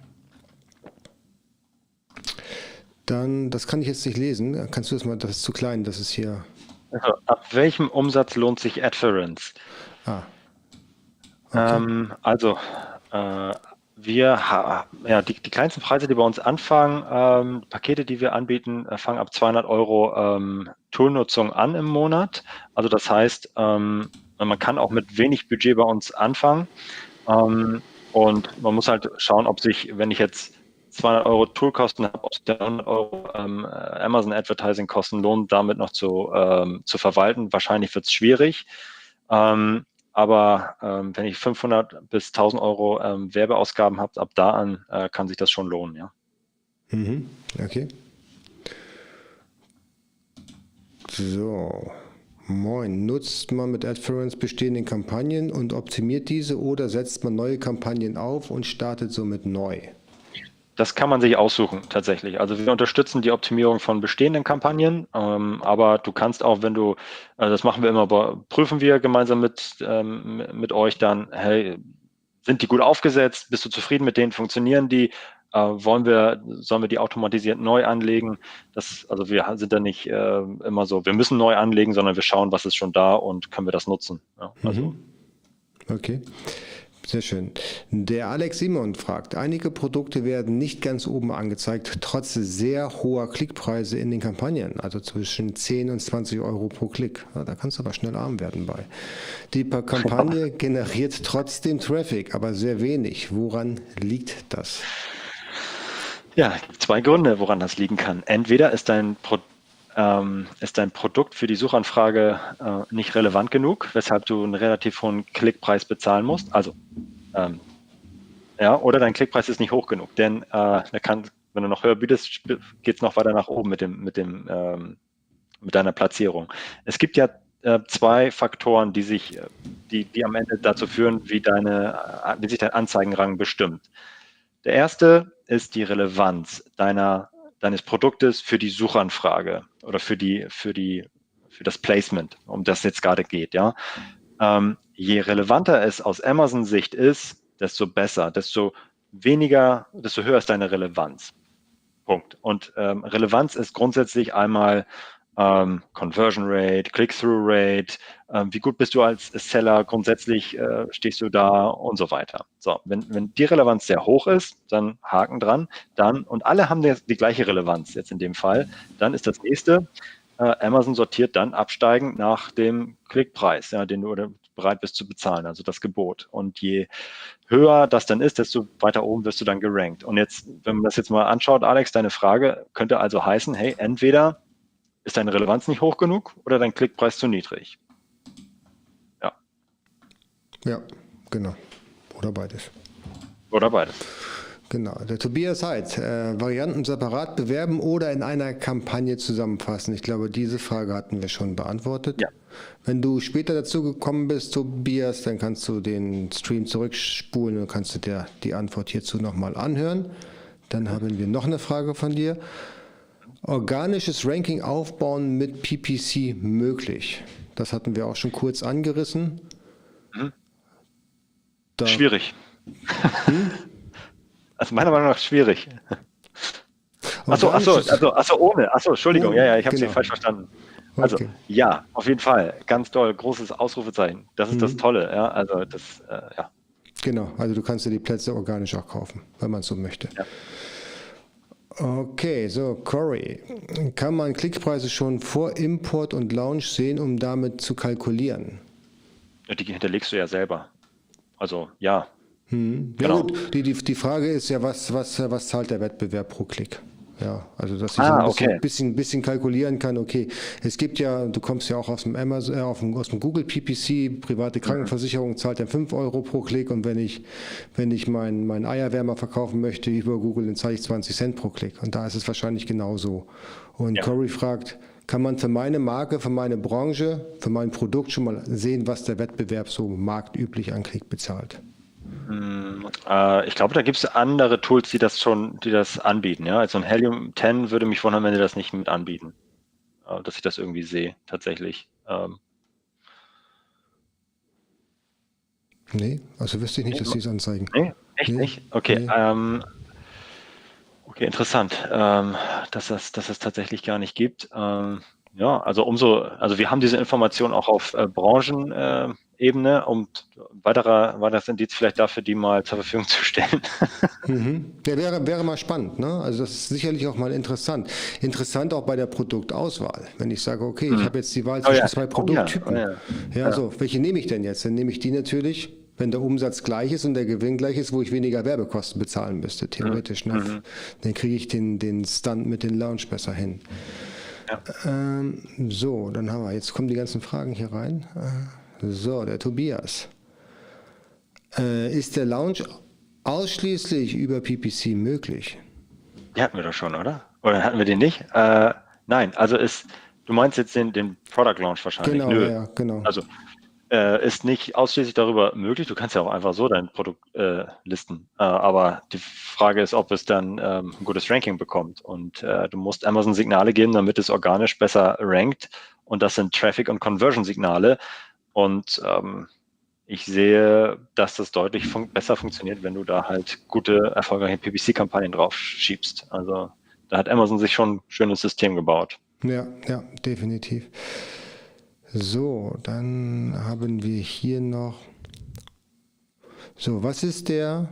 dann, das kann ich jetzt nicht lesen. Kannst du das mal, das ist zu klein, das ist hier... Also, ab welchem Umsatz lohnt sich Adference? Ah. Okay. Ähm, also, äh, wir ha ja, die, die kleinsten Preise, die bei uns anfangen, ähm, Pakete, die wir anbieten, äh, fangen ab zweihundert Euro ähm, Toolnutzung an im Monat. Also das heißt, ähm, man kann auch mit wenig Budget bei uns anfangen. Ähm, und man muss halt schauen, ob sich, wenn ich jetzt zweihundert Euro Toolkosten habe, ob es der hundert Euro ähm, Amazon Advertising Kosten lohnt, damit noch zu, ähm, zu verwalten. Wahrscheinlich wird es schwierig. Ähm, aber ähm, wenn ich fünfhundert bis tausend Euro ähm, Werbeausgaben habe, ab da an äh, kann sich das schon lohnen, ja. Mhm. Okay. So. Moin. Nutzt man mit Adference bestehende Kampagnen und optimiert diese oder setzt man neue Kampagnen auf und startet somit neu? Das kann man sich aussuchen, tatsächlich. Also wir unterstützen die Optimierung von bestehenden Kampagnen, ähm, aber du kannst auch, wenn du, äh, das machen wir immer, prüfen wir gemeinsam mit, ähm, mit euch dann, hey, sind die gut aufgesetzt? Bist du zufrieden mit denen? Funktionieren die? Äh, wollen wir, sollen wir die automatisiert neu anlegen? Das, also wir sind da nicht äh, immer so, wir müssen neu anlegen, sondern wir schauen, was ist schon da und können wir das nutzen. Ja, also. Mhm. Okay. Sehr schön. Der Alex Simon fragt, einige Produkte werden nicht ganz oben angezeigt, trotz sehr hoher Klickpreise in den Kampagnen, also zwischen zehn und zwanzig Euro pro Klick. Ja, da kannst du aber schnell arm werden bei. Die Kampagne generiert trotzdem Traffic, aber sehr wenig. Woran liegt das? Ja, zwei Gründe, woran das liegen kann. Entweder ist dein Produkt Ähm, ist dein Produkt für die Suchanfrage äh, nicht relevant genug, weshalb du einen relativ hohen Klickpreis bezahlen musst. Also, ähm, ja, oder dein Klickpreis ist nicht hoch genug, denn äh, der kann, wenn du noch höher bietest, geht es noch weiter nach oben mit dem, mit dem, ähm, mit deiner Platzierung. Es gibt ja äh, zwei Faktoren, die sich, die, die am Ende dazu führen, wie deine, äh, wie sich dein Anzeigenrang bestimmt. Der erste ist die Relevanz deiner deines Produktes für die Suchanfrage oder für die, für die, für das Placement, um das jetzt gerade geht, ja. Ähm, je relevanter es aus Amazon-Sicht ist, desto besser, desto weniger, desto höher ist deine Relevanz. Punkt. Und ähm, Relevanz ist grundsätzlich einmal ähm, Conversion Rate, Click-Through Rate, ähm, wie gut bist du als Seller, grundsätzlich äh, stehst du da und so weiter. So, wenn, wenn die Relevanz sehr hoch ist, dann Haken dran, dann, und alle haben die, die gleiche Relevanz jetzt in dem Fall, dann ist das nächste, äh, Amazon sortiert dann absteigend nach dem Klickpreis, ja, den du bereit bist zu bezahlen, also das Gebot. Und je höher das dann ist, desto weiter oben wirst du dann gerankt. Und jetzt, wenn man das jetzt mal anschaut, Alex, deine Frage könnte also heißen, hey, entweder ist deine Relevanz nicht hoch genug oder dein Klickpreis zu niedrig? Ja. Ja, genau. Oder beides. Oder beides. Genau. Der Tobias Heid, äh, Varianten separat bewerben oder in einer Kampagne zusammenfassen. Ich glaube, diese Frage hatten wir schon beantwortet. Ja. Wenn du später dazu gekommen bist, Tobias, dann kannst du den Stream zurückspulen und kannst du dir die Antwort hierzu nochmal anhören. Dann haben wir noch eine Frage von dir. Organisches Ranking aufbauen mit P P C möglich. Das hatten wir auch schon kurz angerissen. Mhm. Da, schwierig. Hm? Also meiner Meinung nach schwierig. Achso, achso, also, achso, ohne. Achso, Entschuldigung, ohne, ja, ja, ich habe genau. Sie falsch verstanden. Also, Okay. ja, auf jeden Fall. Ganz toll. Großes Ausrufezeichen. Das ist das Mhm. Tolle. Ja, also das, äh, ja, Genau, also du kannst dir die Plätze organisch auch kaufen, wenn man so möchte. ja. Okay, so Corey, kann man Klickpreise schon vor Import und Launch sehen, um damit zu kalkulieren? Die hinterlegst du ja selber. Also, ja, Hm. Ja genau. gut, die, die, die Frage ist ja, was, was, was zahlt der Wettbewerb pro Klick? Ja, also dass ich so ein Ah, bisschen, okay. bisschen, bisschen kalkulieren kann, okay, es gibt ja, du kommst ja auch aus dem Amazon, äh, auf dem, aus dem Google P P C, private Mhm. Krankenversicherung zahlt ja fünf Euro pro Klick und wenn ich, wenn ich meinen mein Eierwärmer verkaufen möchte über Google, dann zahle ich zwanzig Cent pro Klick und da ist es wahrscheinlich genauso. Und Ja. Corey fragt, kann man für meine Marke, für meine Branche, für mein Produkt schon mal sehen, was der Wettbewerb so marktüblich an Klick bezahlt? Hm, äh, ich glaube, da gibt es andere Tools, die das schon, die das anbieten. Ja, also ein Helium zehn würde mich wundern, wenn die das nicht mit anbieten, äh, dass ich das irgendwie sehe, tatsächlich. Ähm, Nee, also wüsste ich nicht, nee, dass sie es anzeigen. nee, echt Nee, nicht? Okay, nee. ähm, okay, interessant, ähm, dass das, dass es tatsächlich gar nicht gibt. Ähm, ja, also umso, also wir haben diese Information auch auf äh, Branchenebene, äh, Ebene, um weiterer, weiteres Indiz vielleicht dafür, die mal zur Verfügung zu stellen. Mhm. Ja, wäre, wäre mal spannend, ne? Also das ist sicherlich auch mal interessant. Interessant auch bei der Produktauswahl. Wenn ich sage, okay, ich Hm. habe jetzt die Wahl Oh zwischen ja, zwei oh ja, oh Produkttypen. ja. Ja, Ja. so, welche nehme ich denn jetzt? Dann nehme ich die natürlich, wenn der Umsatz gleich ist und der Gewinn gleich ist, wo ich weniger Werbekosten bezahlen müsste, Mhm. theoretisch. Ne? Mhm. Dann kriege ich den, den Stunt mit den Launch besser hin. Ja. Ähm, so, dann haben wir, jetzt kommen die ganzen Fragen hier rein. Äh, So, der Tobias. Äh, ist der Launch ausschließlich über P P C möglich? Die hatten wir doch schon, oder? Oder hatten wir den nicht? Äh, nein, also ist, du meinst jetzt den, den Product Launch wahrscheinlich. Genau, ja, Nö. ja, genau. Also äh, ist nicht ausschließlich darüber möglich. Du kannst ja auch einfach so dein Produkt äh, listen. Äh, aber die Frage ist, ob es dann ähm, ein gutes Ranking bekommt. Und äh, du musst Amazon Signale geben, damit es organisch besser rankt. Und das sind Traffic- und Conversion-Signale. Und ähm, ich sehe, dass das deutlich fun besser funktioniert, wenn du da halt gute, erfolgreiche P P C-Kampagnen drauf schiebst. Also da hat Amazon sich schon ein schönes System gebaut. Ja, ja, definitiv. So, dann haben wir hier noch. So, was ist der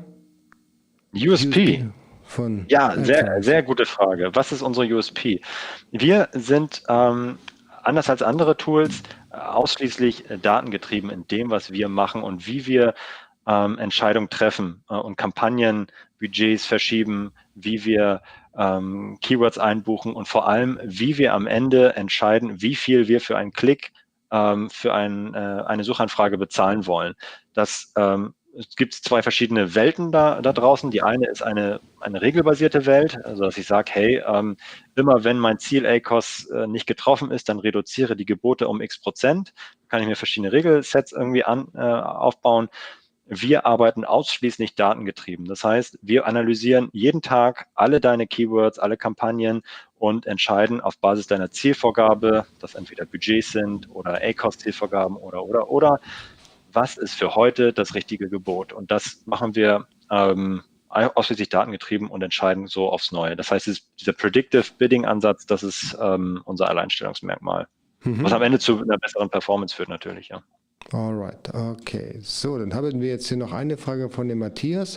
U S P. U S P von Ja, sehr, AdTrans? sehr gute Frage. Was ist unsere U S P? Wir sind ähm, anders als andere Tools äh, ausschließlich äh, datengetrieben in dem, was wir machen und wie wir ähm, Entscheidungen treffen äh, und Kampagnen, Budgets verschieben, wie wir ähm, Keywords einbuchen und vor allem, wie wir am Ende entscheiden, wie viel wir für einen Klick, ähm, für ein, äh, eine Suchanfrage bezahlen wollen. Das ähm, es gibt zwei verschiedene Welten da, da draußen. Die eine ist eine, eine regelbasierte Welt, also dass ich sage, hey, ähm, immer wenn mein Ziel A C O S äh, nicht getroffen ist, dann reduziere die Gebote um x Prozent. Kann ich mir verschiedene Regelsets irgendwie an, äh, aufbauen. Wir arbeiten ausschließlich datengetrieben. Das heißt, wir analysieren jeden Tag alle deine Keywords, alle Kampagnen und entscheiden auf Basis deiner Zielvorgabe, das entweder Budgets sind oder A C O S-Zielvorgaben oder, oder, oder, was ist für heute das richtige Gebot? Und das machen wir ähm, ausschließlich datengetrieben und entscheiden so aufs Neue. Das heißt, dieser Predictive Bidding-Ansatz, das ist ähm, unser Alleinstellungsmerkmal, was am Mhm. Ende zu einer besseren Performance führt natürlich, ja. Alright, okay. So, dann haben wir jetzt hier noch eine Frage von dem Matthias.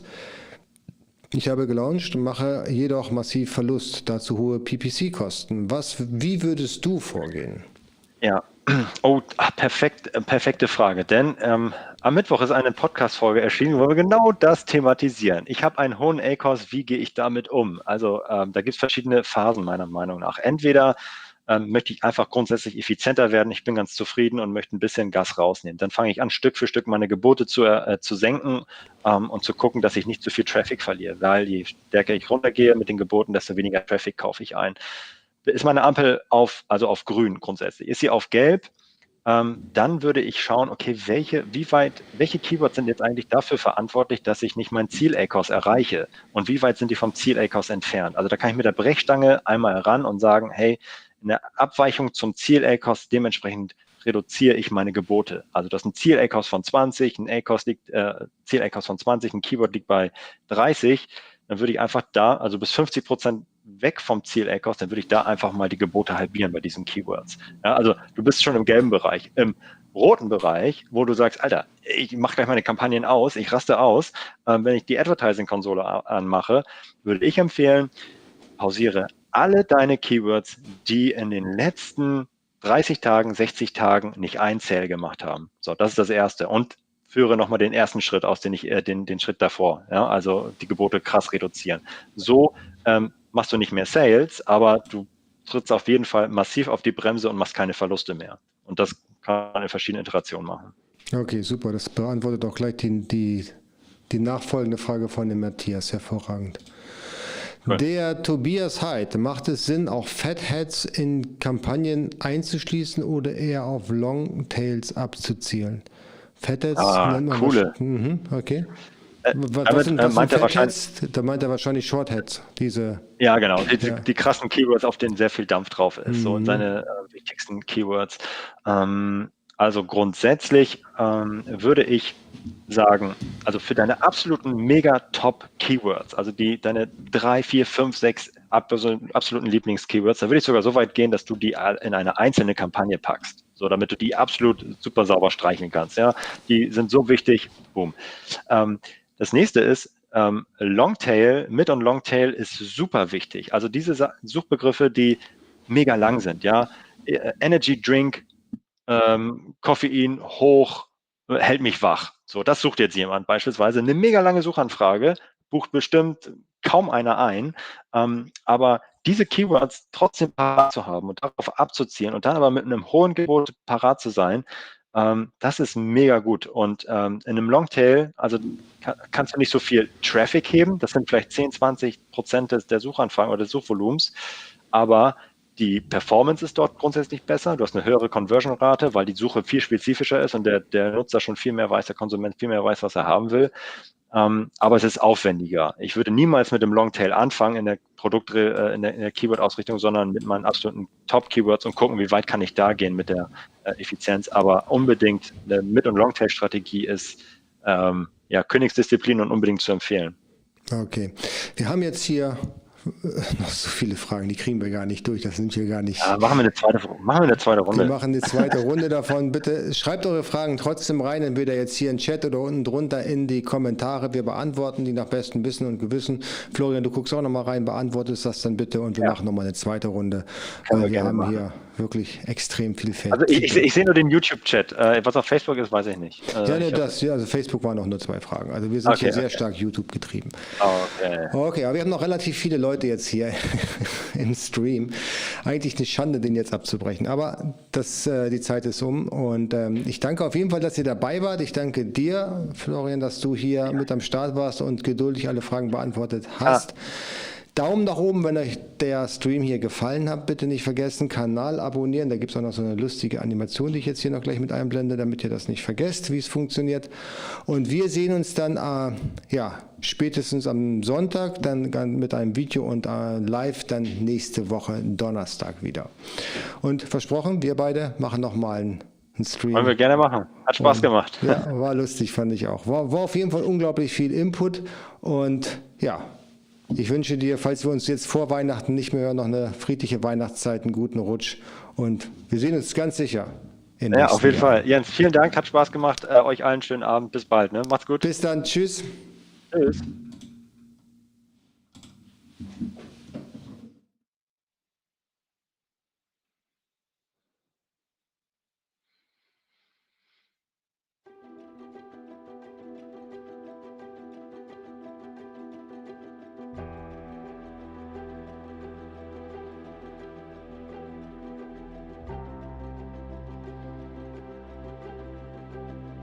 Ich habe gelauncht, mache jedoch massiv Verlust, dazu hohe P P C-Kosten. Was, wie würdest du vorgehen? Ja, oh, ach, perfekt, äh, perfekte Frage, denn ähm, am Mittwoch ist eine Podcast-Folge erschienen, wo wir genau das thematisieren. Ich habe einen hohen A C O S, wie gehe ich damit um? Also ähm, da gibt es verschiedene Phasen meiner Meinung nach. Entweder ähm, möchte ich einfach grundsätzlich effizienter werden, ich bin ganz zufrieden und möchte ein bisschen Gas rausnehmen. Dann fange ich an, Stück für Stück meine Gebote zu, äh, zu senken ähm, und zu gucken, dass ich nicht zu viel Traffic verliere, weil je stärker ich runtergehe mit den Geboten, desto weniger Traffic kaufe ich ein. Ist meine Ampel auf, also auf grün grundsätzlich. Ist sie auf gelb, ähm, dann würde ich schauen, okay, welche, wie weit, welche Keywords sind jetzt eigentlich dafür verantwortlich, dass ich nicht mein Ziel-A C O S erreiche und wie weit sind die vom Ziel-A C O S entfernt? Also da kann ich mit der Brechstange einmal ran und sagen, hey, in der Abweichung zum Ziel-A C O S dementsprechend reduziere ich meine Gebote. Also das ist ein Ziel-A C O S von zwanzig, ein A C O S liegt, äh, Ziel-A C O S von zwanzig, ein Keyword liegt bei dreißig, dann würde ich einfach da, also bis fünfzig Prozent weg vom Ziel-A-Cost, dann würde ich da einfach mal die Gebote halbieren bei diesen Keywords. Ja, also du bist schon im gelben Bereich. Im roten Bereich, wo du sagst, Alter, ich mache gleich meine Kampagnen aus, ich raste aus, ähm, wenn ich die Advertising-Konsole anmache, würde ich empfehlen, pausiere alle deine Keywords, die in den letzten dreißig Tagen, sechzig Tagen nicht ein Sale gemacht haben. So, das ist das Erste. Und führe nochmal den ersten Schritt aus, den ich, äh, den, den Schritt davor. Ja, also die Gebote krass reduzieren. So ähm, machst du nicht mehr Sales, aber du trittst auf jeden Fall massiv auf die Bremse und machst keine Verluste mehr. Und das kann man in verschiedenen Iterationen machen. Okay, super. Das beantwortet auch gleich die, die, die nachfolgende Frage von dem Matthias. Hervorragend. Cool. Der Tobias Heid, macht es Sinn, auch Fatheads in Kampagnen einzuschließen oder eher auf Longtails abzuzielen? Fatheads ah, nennt man coole. Mhm, okay. Äh, was damit, sind, äh, was meint sind er wahrscheinlich, da meint er wahrscheinlich Shortheads. Diese, ja, genau. Die, ja. die, die krassen Keywords, auf denen sehr viel Dampf drauf ist. Mhm. So seine äh, wichtigsten Keywords. Ähm, also grundsätzlich ähm, würde ich sagen, also für deine absoluten Mega-Top-Keywords, also die deine drei, vier, fünf, sechs absoluten Lieblings-Keywords, da würde ich sogar so weit gehen, dass du die in eine einzelne Kampagne packst, so damit du die absolut super sauber streicheln kannst. Ja, die sind so wichtig. Boom. Ähm, das nächste ist ähm, Longtail. Mid- und Longtail ist super wichtig. Also diese Suchbegriffe, die mega lang sind. Ja, Energy Drink, ähm, Koffein hoch, hält mich wach. So, das sucht jetzt jemand beispielsweise. Eine mega lange Suchanfrage, bucht bestimmt kaum einer ein, ähm, aber diese Keywords trotzdem parat zu haben und darauf abzuzielen und dann aber mit einem hohen Gebot parat zu sein, ähm, das ist mega gut. Und ähm, in einem Longtail, also kann, kannst du nicht so viel Traffic heben, das sind vielleicht zehn, zwanzig Prozent des, der Suchanfragen oder des Suchvolumens, aber die Performance ist dort grundsätzlich besser. Du hast eine höhere Conversion-Rate, weil die Suche viel spezifischer ist und der, der Nutzer schon viel mehr weiß, der Konsument viel mehr weiß, was er haben will. Ähm, aber es ist aufwendiger. Ich würde niemals mit dem Longtail anfangen in der Produkt, äh, in der, in der Keyword-Ausrichtung, sondern mit meinen absoluten Top-Keywords und gucken, wie weit kann ich da gehen mit der äh, Effizienz. Aber unbedingt eine Mid- und Longtail-Strategie ist ähm, ja, Königsdisziplin und unbedingt zu empfehlen. Okay. Wir haben jetzt hier noch so viele Fragen, die kriegen wir gar nicht durch, das sind hier gar nicht. Ja, machen wir eine zweite, machen wir eine zweite Runde. Wir machen eine zweite Runde davon. Bitte schreibt eure Fragen trotzdem rein, entweder jetzt hier im Chat oder unten drunter in die Kommentare. Wir beantworten die nach bestem Wissen und Gewissen. Florian, du guckst auch nochmal rein, beantwortest das dann bitte und wir ja. machen nochmal eine zweite Runde. Weil wir, wir haben machen. hier wirklich extrem viel Feld. Also ich, ich, ich sehe nur den YouTube-Chat. Äh, was auf Facebook ist, weiß ich nicht. Äh, ja, ne, ich das, ja, also Facebook waren auch nur zwei Fragen. Also wir sind okay, hier sehr okay. stark YouTube getrieben. Okay. Okay, aber wir haben noch relativ viele Leute jetzt hier im Stream. Eigentlich eine Schande, den jetzt abzubrechen. Aber das, äh, die Zeit ist um und ähm, ich danke auf jeden Fall, dass ihr dabei wart. Ich danke dir, Florian, dass du hier ja. mit am Start warst und geduldig alle Fragen beantwortet hast. Ah. Daumen nach oben, wenn euch der Stream hier gefallen hat. Bitte nicht vergessen, Kanal abonnieren. Da gibt es auch noch so eine lustige Animation, die ich jetzt hier noch gleich mit einblende, damit ihr das nicht vergesst, wie es funktioniert. Und wir sehen uns dann äh, ja, spätestens am Sonntag, dann mit einem Video und äh, live dann nächste Woche Donnerstag wieder. Und versprochen, wir beide machen nochmal einen Stream. Wollen wir gerne machen. Hat Spaß und, gemacht. Ja, war lustig, fand ich auch. War, war auf jeden Fall unglaublich viel Input und ja, ich wünsche dir, falls wir uns jetzt vor Weihnachten nicht mehr hören, noch eine friedliche Weihnachtszeit, einen guten Rutsch und wir sehen uns ganz sicher. Ja, auf jeden Jahr. Fall. Jens, vielen Dank, hat Spaß gemacht. Äh, euch allen schönen Abend. Bis bald. Ne? Macht's gut. Bis dann. Tschüss. Tschüss.